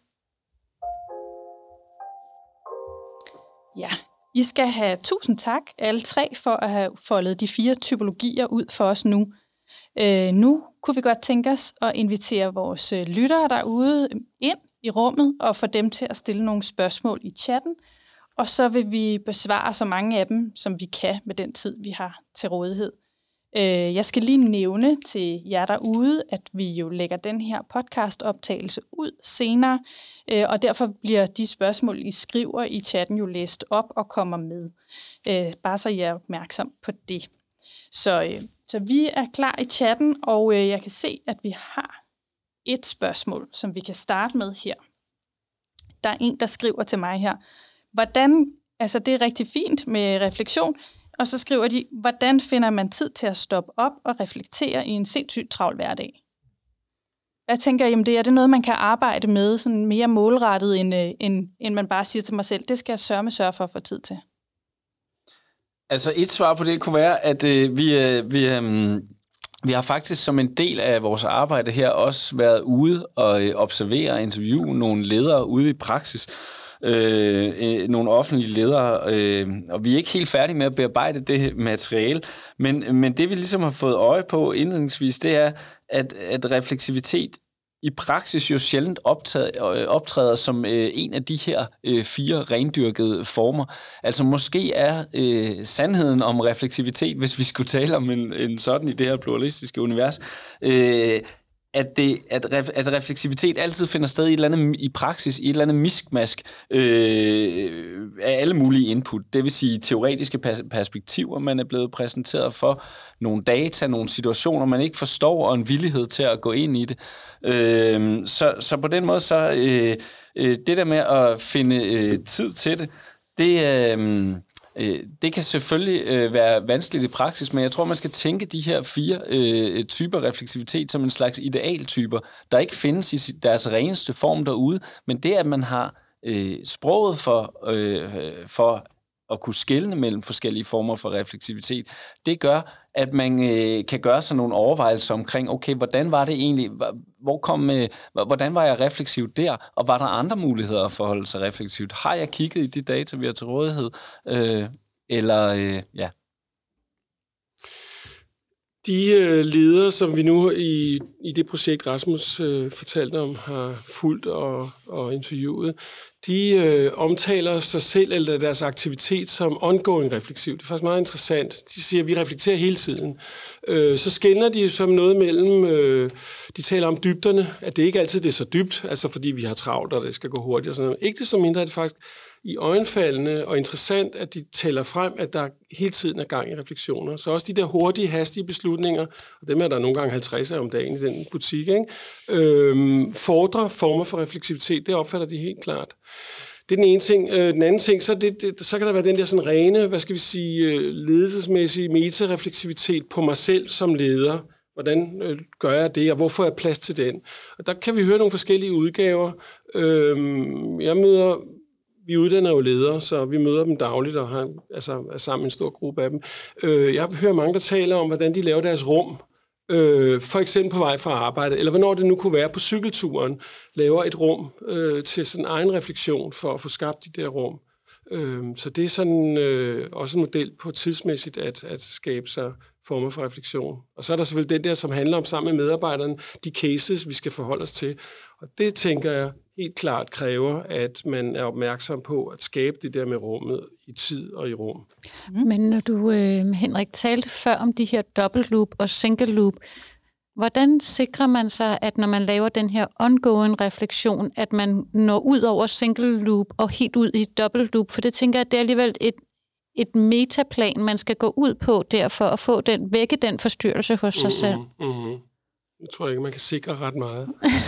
Ja, I skal have 1000 tak, alle tre, for at have foldet de 4 typologier ud for os nu. Nu kunne vi godt tænke os at invitere vores lyttere derude ind i rummet og få dem til at stille nogle spørgsmål i chatten, og så vil vi besvare så mange af dem, som vi kan med den tid, vi har til rådighed. Jeg skal lige nævne til jer derude, at vi jo lægger den her podcast-optagelse ud senere, og derfor bliver de spørgsmål, I skriver i chatten, jo læst op og kommer med. Bare så I er opmærksom på det. Så vi er klar i chatten, og jeg kan se, at vi har et spørgsmål, som vi kan starte med her. Der er en, der skriver til mig her, det er rigtig fint med refleksion, og så skriver de, hvordan finder man tid til at stoppe op og reflektere i en sindssygt travl hverdag? Jeg tænker, jamen det er det noget, man kan arbejde med sådan mere målrettet, end man bare siger til mig selv, det skal jeg sørge for at få tid til. Altså et svar på det kunne være, at vi har faktisk som en del af vores arbejde her også været ude og observere og interviewe nogle ledere ude i praksis. Nogle offentlige ledere, og vi er ikke helt færdige med at bearbejde det materiale, men det vi ligesom har fået øje på indledningsvis, det er, at refleksivitet i praksis jo sjældent optræder som en af de her 4 rendyrkede former. Altså måske er sandheden om refleksivitet, hvis vi skulle tale om en sådan i det her pluralistiske univers, at refleksivitet altid finder sted i et eller andet, i praksis, i et eller andet miskmask af alle mulige input. Det vil sige teoretiske perspektiver, man er blevet præsenteret for, nogle data, nogle situationer, man ikke forstår, og en villighed til at gå ind i det. Så på den måde, så det der med at finde tid til det kan selvfølgelig være vanskeligt i praksis, men jeg tror, man skal tænke de her 4 typer refleksivitet som en slags idealtyper, der ikke findes i deres reneste form derude, men det, at man har sproget for at kunne skelne mellem forskellige former for refleksivitet, det gør, at man kan gøre sig nogle overvejelser omkring, okay, hvordan var det egentlig, hvordan var jeg refleksiv der, og var der andre muligheder at forholde sig refleksivt? Har jeg kigget i de data, vi har til rådighed? Ja. De ledere, som vi nu i det projekt, Rasmus fortalte om, har fulgt og interviewet, de omtaler sig selv eller deres aktivitet som ongoing refleksiv. Det er faktisk meget interessant. De siger, at vi reflekterer hele tiden. Så skelner de som noget mellem, de taler om dybderne, at det ikke altid er så dybt, altså fordi vi har travlt, og det skal gå hurtigt og sådan noget. Ikke desto mindre er det faktisk i øjenfaldende og interessant, at de taler frem, at der hele tiden er gang i refleksioner. Så også de der hurtige, hastige beslutninger, og dem er der nogle gange 50 om dagen i den butik, ikke? Fordrer former for refleksivitet, det opfatter de helt klart. Det er den ene ting. Den anden ting, så kan der være den der sådan rene, ledelsesmæssige metarefleksivitet på mig selv som leder. Hvordan gør jeg det, og hvorfor er jeg plads til den? Og der kan vi høre nogle forskellige udgaver. Vi uddanner jo ledere, så vi møder dem dagligt og er sammen med en stor gruppe af dem. Jeg hører mange, der taler om, hvordan de laver deres rum. For eksempel på vej fra arbejde, eller hvornår det nu kunne være på cykelturen, laver et rum til sådan en egen refleksion for at få skabt de der rum. Så det er sådan også en model på tidsmæssigt at skabe sig former for refleksion. Og så er der selvfølgelig den der, som handler om sammen med medarbejderne, de cases, vi skal forholde os til. Og det, tænker jeg, helt klart kræver, at man er opmærksom på at skabe det der med rummet i tid og i rum. Men når du, Henrik, talte før om de her dobbelt loop og single loop, hvordan sikrer man sig, at når man laver den her ongoing refleksion, at man når ud over single loop og helt ud i dobbelt loop? For det tænker jeg, at det er alligevel et metaplan, man skal gå ud på der for at få vække den forstyrrelse hos sig selv. Jeg tror ikke, man kan sikre ret meget.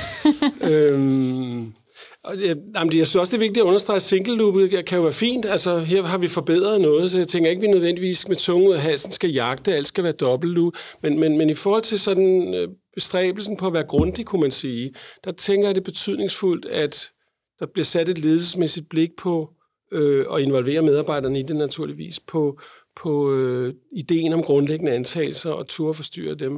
Jeg synes også, det er vigtigt at understrege, at single loopet kan jo være fint. Altså, her har vi forbedret noget, så jeg tænker ikke, vi nødvendigvis med tungen ud af halsen skal jagte, alt skal være dobbelt loop. Men i forhold til sådan bestræbelsen på at være grundig, kunne man sige, der tænker jeg, det er betydningsfuldt, at der bliver sat et ledelsesmæssigt blik på og involvere medarbejderne i det naturligvis på ideen om grundlæggende antagelser og turde forstyrre dem.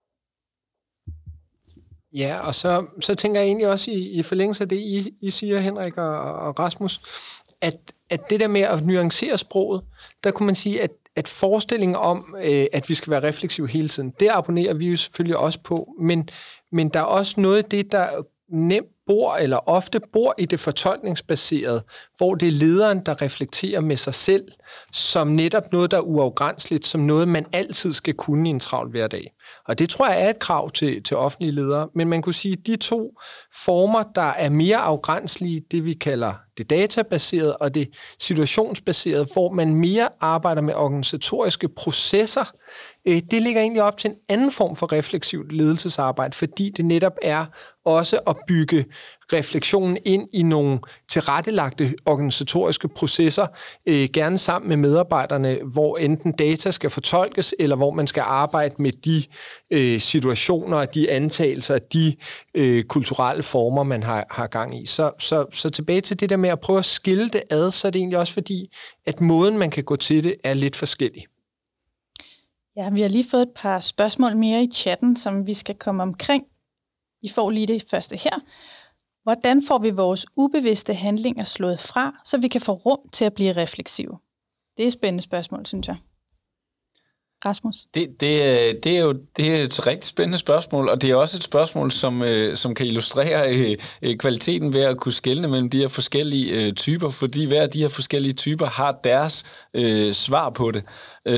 Ja, og så tænker jeg egentlig også i forlængelse af det, I siger, Henrik og Rasmus, at det der med at nuancere sproget, der kunne man sige, at forestillingen om, at vi skal være refleksive hele tiden, det abonnerer vi jo selvfølgelig også på, men der er også noget af det, der nemt ofte bor i det fortolkningsbaserede, hvor det er lederen, der reflekterer med sig selv, som netop noget, der er uafgrænseligt, som noget, man altid skal kunne i en travl hverdag. Og det tror jeg er et krav til offentlige ledere, men man kunne sige, at de 2 former, der er mere afgrænselige, det vi kalder det databaserede og det situationsbaserede, hvor man mere arbejder med organisatoriske processer, det ligger egentlig op til en anden form for refleksivt ledelsesarbejde, fordi det netop er også at bygge refleksionen ind i nogle tilrettelagte organisatoriske processer, gerne sammen med medarbejderne, hvor enten data skal fortolkes, eller hvor man skal arbejde med de situationer, de antagelser, de kulturelle former, man har gang i. Så tilbage til det der med at prøve at skille det ad, så er det egentlig også fordi, at måden, man kan gå til det, er lidt forskellig. Ja, vi har lige fået et par spørgsmål mere i chatten, som vi skal komme omkring. I får lige det første her. Hvordan får vi vores ubevidste handlinger slået fra, så vi kan få rum til at blive refleksive? Det er et spændende spørgsmål, synes jeg. Rasmus? Det er et rigtig spændende spørgsmål, og det er også et spørgsmål, som kan illustrere kvaliteten ved at kunne skelne mellem de her forskellige typer, fordi hver af de her forskellige typer har deres svar på det.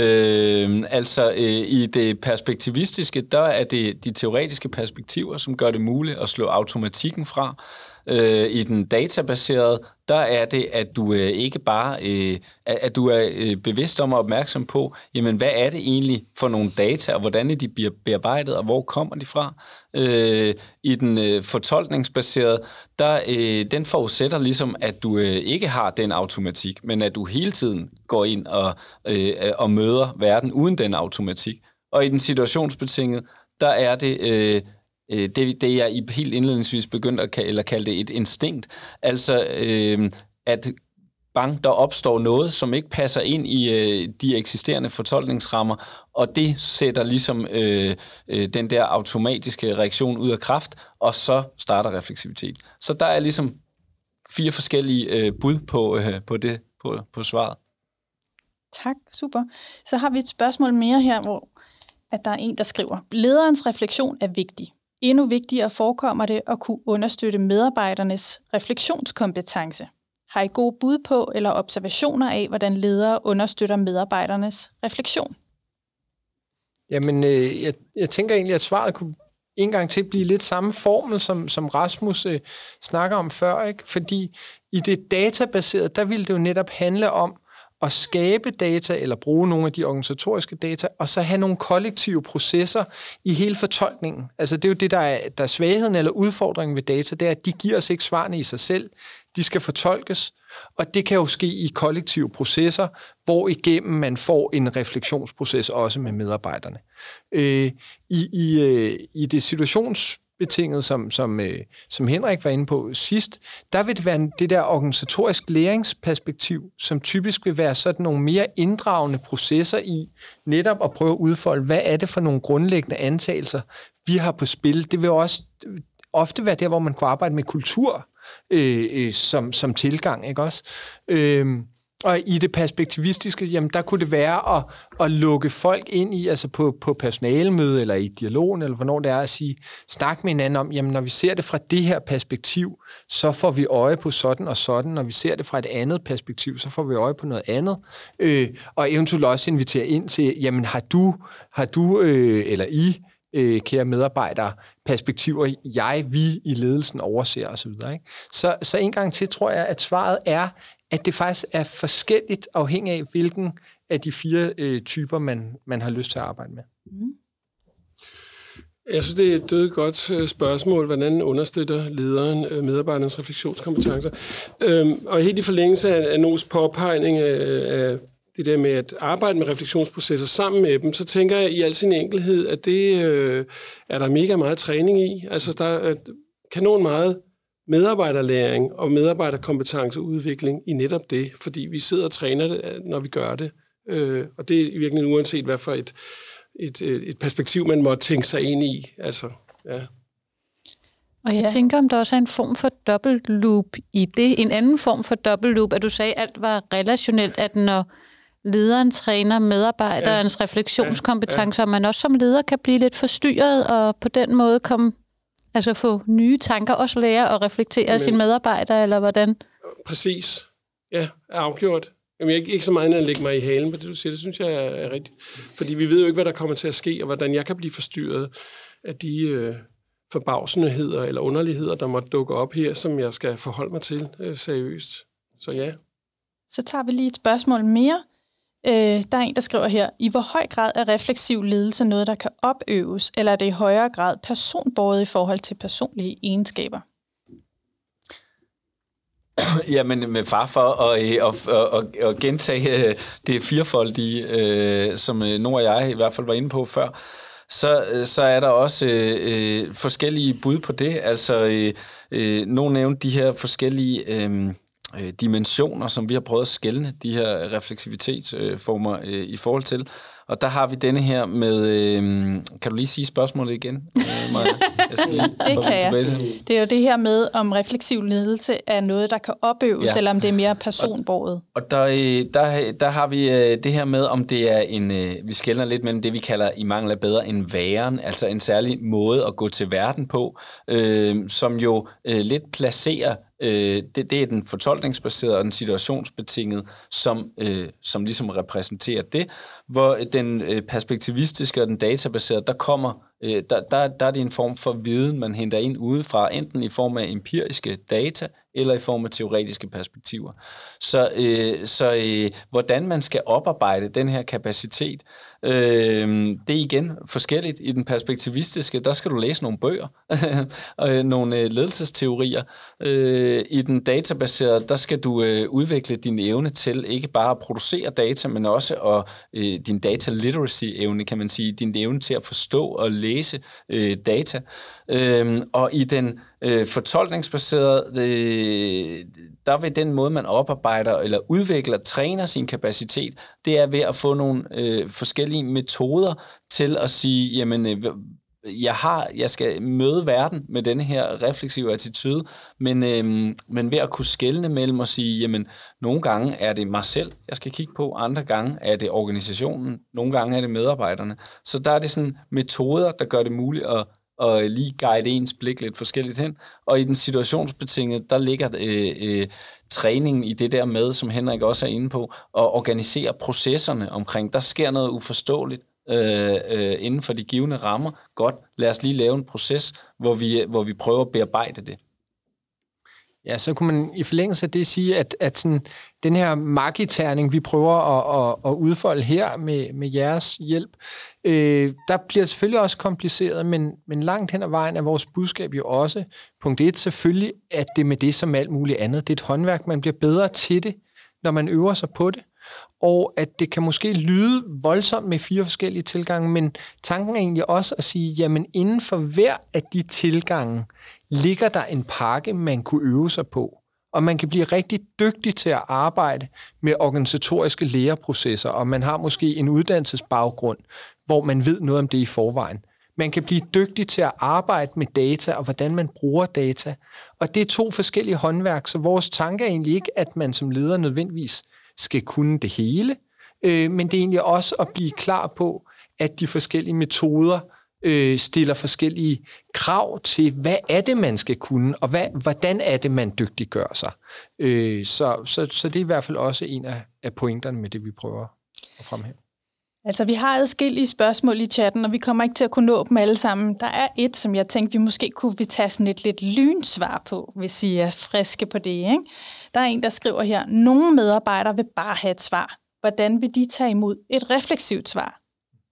I det perspektivistiske, der er det de teoretiske perspektiver, som gør det muligt at slå automatikken fra. I den databaserede, der er det, at du ikke bare at du er bevidst om og opmærksom på, jamen hvad er det egentlig for nogle data, og hvordan de bliver bearbejdet, og hvor kommer de fra? I den fortolkningsbaserede, den forudsætter ligesom, at du ikke har den automatik, men at du hele tiden går ind og møder verden uden den automatik. Og i den situationsbetingede, der er det det jeg helt indledningsvis begyndte at kalde det et instinkt. Altså, at der opstår noget, som ikke passer ind i de eksisterende fortolkningsrammer, og det sætter ligesom den der automatiske reaktion ud af kraft, og så starter refleksivitet. Så der er ligesom 4 forskellige bud på svaret. Tak, super. Så har vi et spørgsmål mere her, hvor at der er en, der skriver, lederens refleksion er vigtig. Endnu vigtigere forekommer det at kunne understøtte medarbejdernes refleksionskompetence. Har I gode bud på eller observationer af, hvordan ledere understøtter medarbejdernes refleksion? Jamen, jeg tænker egentlig, at svaret kunne en gang til blive lidt samme formel, som Rasmus snakker om før, ikke? Fordi i det databaserede, der ville det jo netop handle om at skabe data, eller bruge nogle af de organisatoriske data, og så have nogle kollektive processer i hele fortolkningen. Altså det er jo det, der er svagheden eller udfordringen ved data, det er, at de giver os ikke svarene i sig selv. De skal fortolkes, og det kan jo ske i kollektive processer, hvor igennem man får en refleksionsproces også med medarbejderne. I det situationsbetinget, som Henrik var inde på sidst, der vil det være det der organisatorisk læringsperspektiv, som typisk vil være sådan nogle mere inddragende processer i netop at prøve at udfolde, hvad er det for nogle grundlæggende antagelser, vi har på spil. Det vil også ofte være der, hvor man kunne arbejde med kultur som tilgang, ikke også? Og i det perspektivistiske, jamen der kunne det være at lukke folk ind i, altså på personalemøde eller i dialogen, eller hvornår det er at sige, snak med hinanden om, jamen når vi ser det fra det her perspektiv, så får vi øje på sådan og sådan. Når vi ser det fra et andet perspektiv, så får vi øje på noget andet. Og eventuelt også invitere ind til, jamen har du eller I, kære medarbejdere, perspektiver, vi i ledelsen overser osv. Så en gang til tror jeg, at svaret er, at det faktisk er forskelligt afhængig af, hvilken af de 4 typer, man har lyst til at arbejde med. Jeg synes, det er et dødgodt spørgsmål, hvordan understøtter lederen medarbejdernes refleksionskompetencer. Og helt i forlængelse af Nos påpegning af det der med at arbejde med refleksionsprocesser sammen med dem, så tænker jeg i al sin enkelhed, at det er der mega meget træning i. Altså, der er kanon meget medarbejderlæring og medarbejderkompetenceudvikling i netop det, fordi vi sidder og træner det, når vi gør det. Og det er i virkeligheden uanset, hvad for et perspektiv, man må tænke sig ind i. Altså, ja. Og jeg tænker, om der også er en form for dobbeltloop i det. En anden form for dobbeltloop, at du sagde, at alt var relationelt, at når lederen træner medarbejderens refleksionskompetencer, man også som leder kan blive lidt forstyrret, og på den måde få nye tanker, også lære at reflektere af sine medarbejdere, eller hvordan? Præcis. Ja, er afgjort. Jamen, jeg ikke så meget at lægge mig i halen på det, du siger. Det synes jeg er rigtigt. Fordi vi ved jo ikke, hvad der kommer til at ske, og hvordan jeg kan blive forstyrret af de forbavsenheder eller underligheder, der måtte dukke op her, som jeg skal forholde mig til seriøst. Så ja. Så tager vi lige et spørgsmål mere. Der er en, der skriver her, i hvor høj grad er refleksiv ledelse noget, der kan opøves, eller er det i højere grad personbåret i forhold til personlige egenskaber? Jamen med far for at gentage det firfoldige, som Nora og jeg i hvert fald var inde på før, så er der også forskellige bud på det. Altså, nogen nævnte de her forskellige dimensioner, som vi har prøvet at skelne de her refleksivitetsformer i forhold til. Og der har vi denne her med... kan du lige sige spørgsmålet igen, Maja? Det kan jeg. Det er jo det her med, om refleksiv ledelse er noget, der kan opøves, eller om det er mere personbåret. Og der har vi det her med, om det er en... vi skelner lidt mellem det, vi kalder i mangel af bedre en væren, altså en særlig måde at gå til verden på, som jo lidt placerer... Det er den fortolkningsbaserede og den situationsbetingede, som ligesom repræsenterer det, hvor den perspektivistiske og den databaserede, der er det en form for viden, man henter ind udefra, enten i form af empiriske data, eller i form af teoretiske perspektiver. Så hvordan man skal oparbejde den her kapacitet, det er igen forskelligt. I den perspektivistiske, der skal du læse nogle bøger, nogle ledelsesteorier. I den databaserede, der skal du udvikle din evne til ikke bare at producere data, men også din data literacy-evne, kan man sige, din evne til at forstå og læse data. Og i den fortolkningsbaserede, der vil den måde, man oparbejder eller udvikler, træner sin kapacitet, det er ved at få nogle forskellige metoder til at sige, jamen, jeg skal møde verden med denne her refleksive attitude, men ved at kunne skelne mellem at sige, jamen, nogle gange er det mig selv, jeg skal kigge på, andre gange er det organisationen, nogle gange er det medarbejderne. Så der er det sådan metoder, der gør det muligt at lige guide ens blik lidt forskelligt hen. Og i den situationsbetingede, der ligger træningen i det der med, som Henrik også er inde på, at organisere processerne omkring. Der sker noget uforståeligt inden for de givne rammer. Godt, lad os lige lave en proces, hvor vi prøver at bearbejde det. Ja, så kunne man i forlængelse af det sige, at sådan, den her magiterning, vi prøver at udfolde her med jeres hjælp, der bliver det selvfølgelig også kompliceret, men langt hen ad vejen er vores budskab jo også, punkt 1, selvfølgelig, at det med det som alt muligt andet. Det er et håndværk, man bliver bedre til det, når man øver sig på det, og at det kan måske lyde voldsomt med 4 forskellige tilgange, men tanken er egentlig også at sige, jamen inden for hver af de tilgange, ligger der en pakke, man kunne øve sig på. Og man kan blive rigtig dygtig til at arbejde med organisatoriske læreprocesser, og man har måske en uddannelsesbaggrund, hvor man ved noget om det i forvejen. Man kan blive dygtig til at arbejde med data, og hvordan man bruger data. Og det er 2 forskellige håndværk, så vores tanke er egentlig ikke, at man som leder nødvendigvis skal kunne det hele, men det er egentlig også at blive klar på, at de forskellige metoder stiller forskellige krav til, hvad er det, man skal kunne, og hvordan er det, man dygtiggør sig. Så det er i hvert fald også en af pointerne med det, vi prøver at fremhæve. Altså, vi har adskillige spørgsmål i chatten, og vi kommer ikke til at kunne nå dem alle sammen. Der er et, som jeg tænkte, vi måske kunne tage sådan et lidt lynsvar på, hvis I er friske på det, ikke? Der er en, der skriver her, nogle medarbejdere vil bare have et svar. Hvordan vil de tage imod et refleksivt svar?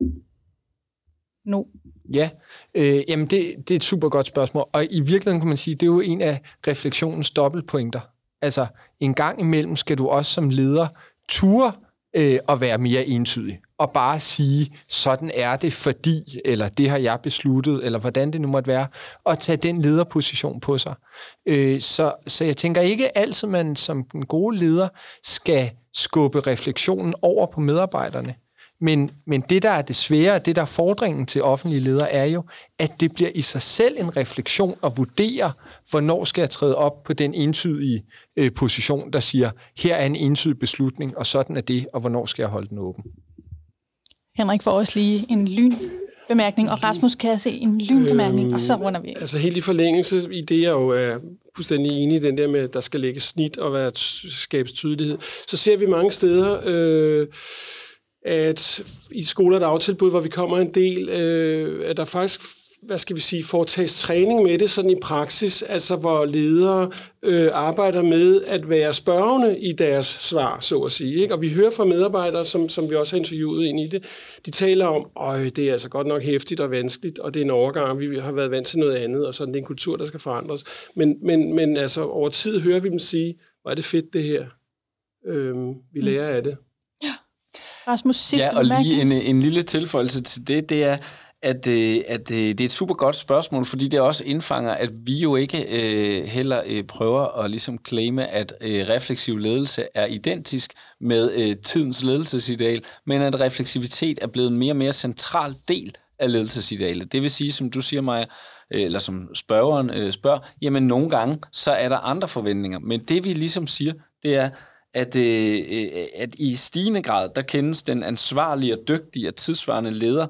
Nu. Ja, jamen det er et super godt spørgsmål, og i virkeligheden kan man sige, det er jo en af refleksionens dobbeltpointer. Altså, en gang imellem skal du også som leder ture at være mere entydig, og bare sige, sådan er det, fordi, eller det har jeg besluttet, eller hvordan det nu måtte være, og tage den lederposition på sig. Så jeg tænker ikke altid, man som den gode leder skal skubbe refleksionen over på medarbejderne. Men det, der er det svære, det der er fordringen til offentlige ledere, er jo, at det bliver i sig selv en refleksion at vurdere, hvornår skal jeg træde op på den entydige position, der siger, her er en entydig beslutning, og sådan er det, og hvornår skal jeg holde den åben. Henrik får også lige en lynbemærkning, og Rasmus kan jeg se en lynbemærkning, og så runder vi. Altså helt i forlængelse i det, jeg jo er fuldstændig enig i, den der med, at der skal lægges snit og skabes tydelighed, så ser vi mange steder, at i skoler, der er aftilbud, hvor vi kommer en del, at der faktisk, foretages træning med det sådan i praksis, altså hvor ledere arbejder med at være spørgende i deres svar, så at sige. Ikke? Og vi hører fra medarbejdere, som vi også har interviewet ind i det, de taler om, det er altså godt nok hæftigt og vanskeligt, og det er en overgang, vi har været vant til noget andet, og sådan det er en kultur, der skal forandres. Men altså over tid hører vi dem sige, hvor er det fedt det her, vi lærer af det. Rasmus, sidste og lige en lille tilføjelse til det er, at det er et super godt spørgsmål, fordi det også indfanger, at vi jo ikke heller prøver at ligesom claime, at refleksiv ledelse er identisk med tidens ledelsesideal, men at refleksivitet er blevet en mere og mere central del af ledelsesidealet. Det vil sige, som du siger, Maja, eller som spørgeren spørger, jamen nogle gange, så er der andre forventninger. Men det vi ligesom siger, det er, at i stigende grad, der kendes den ansvarlige og dygtige og tidsvarende leder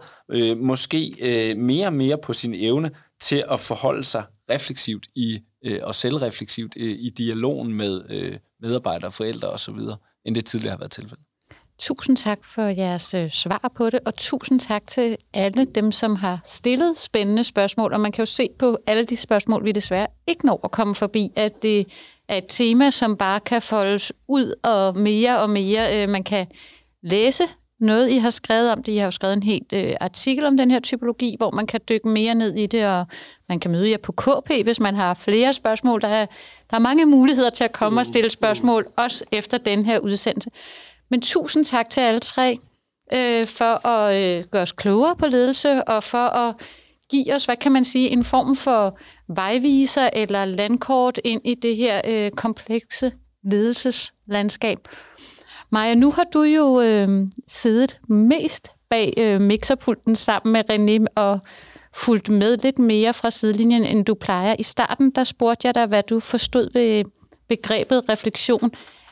måske mere og mere på sin evne til at forholde sig refleksivt og selvrefleksivt i dialogen med medarbejdere, forældre osv., end det tidligere har været tilfældet. Tusind tak for jeres svar på det, og tusind tak til alle dem, som har stillet spændende spørgsmål. Og man kan jo se på alle de spørgsmål, vi desværre ikke når at komme forbi, at det er et tema, som bare kan foldes ud og mere. Man kan læse noget, I har skrevet om det. I har jo skrevet en helt artikel om den her typologi, hvor man kan dykke mere ned i det, og man kan møde jer på KP, hvis man har flere spørgsmål. Der er mange muligheder til at komme og stille spørgsmål, også efter den her udsendelse. Men tusind tak til alle tre for at gøre os klogere på ledelse, og for at give os, hvad kan man sige, en form for vejviser eller landkort ind i det her komplekse ledelseslandskab. Maja, nu har du jo siddet mest bag mixerpulten sammen med René og fulgt med lidt mere fra sidelinjen, end du plejer. I starten, der spurgte jeg dig, hvad du forstod ved begrebet refleksion.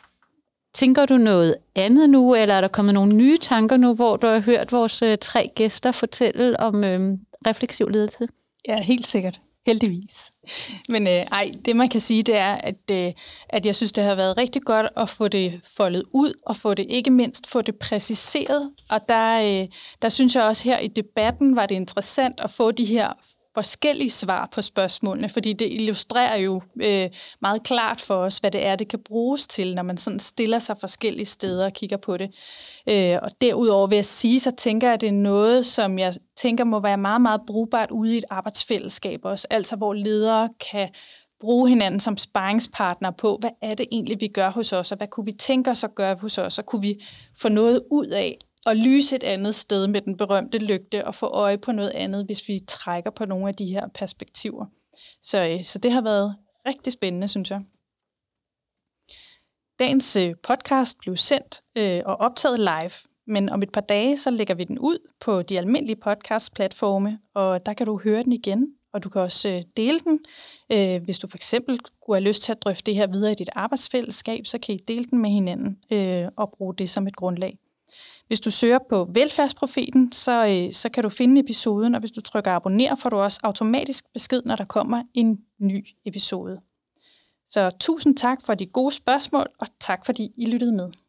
Tænker du noget andet nu, eller er der kommet nogle nye tanker nu, hvor du har hørt vores 3 gæster fortælle om refleksiv ledelse? Ja, helt sikkert. Heldigvis. Men det man kan sige, det er, at jeg synes, det har været rigtig godt at få det foldet ud, og få det ikke mindst få det præciseret. Og der synes jeg også her i debatten, var det interessant at få de her forskellige svar på spørgsmålene, fordi det illustrerer jo meget klart for os, hvad det er, det kan bruges til, når man sådan stiller sig forskellige steder og kigger på det. Og derudover vil jeg sige, så tænker jeg, at det er noget, som jeg tænker må være meget, meget brugbart ude i et arbejdsfællesskab også, altså hvor ledere kan bruge hinanden som sparringspartner på, hvad er det egentlig, vi gør hos os, og hvad kunne vi tænke os at gøre hos os, og kunne vi få noget ud af og lyse et andet sted med den berømte lygte og få øje på noget andet, hvis vi trækker på nogle af de her perspektiver. Så det har været rigtig spændende, synes jeg. Dagens podcast blev sendt og optaget live, men om et par dage, så lægger vi den ud på de almindelige podcastplatforme, og der kan du høre den igen, og du kan også dele den. Hvis du for eksempel kunne have lyst til at drøfte det her videre i dit arbejdsfællesskab, så kan I dele den med hinanden og bruge det som et grundlag. Hvis du søger på Velfærdsprofeten, så kan du finde episoden, og hvis du trykker abonner, får du også automatisk besked, når der kommer en ny episode. Så tusind tak for de gode spørgsmål, og tak fordi I lyttede med.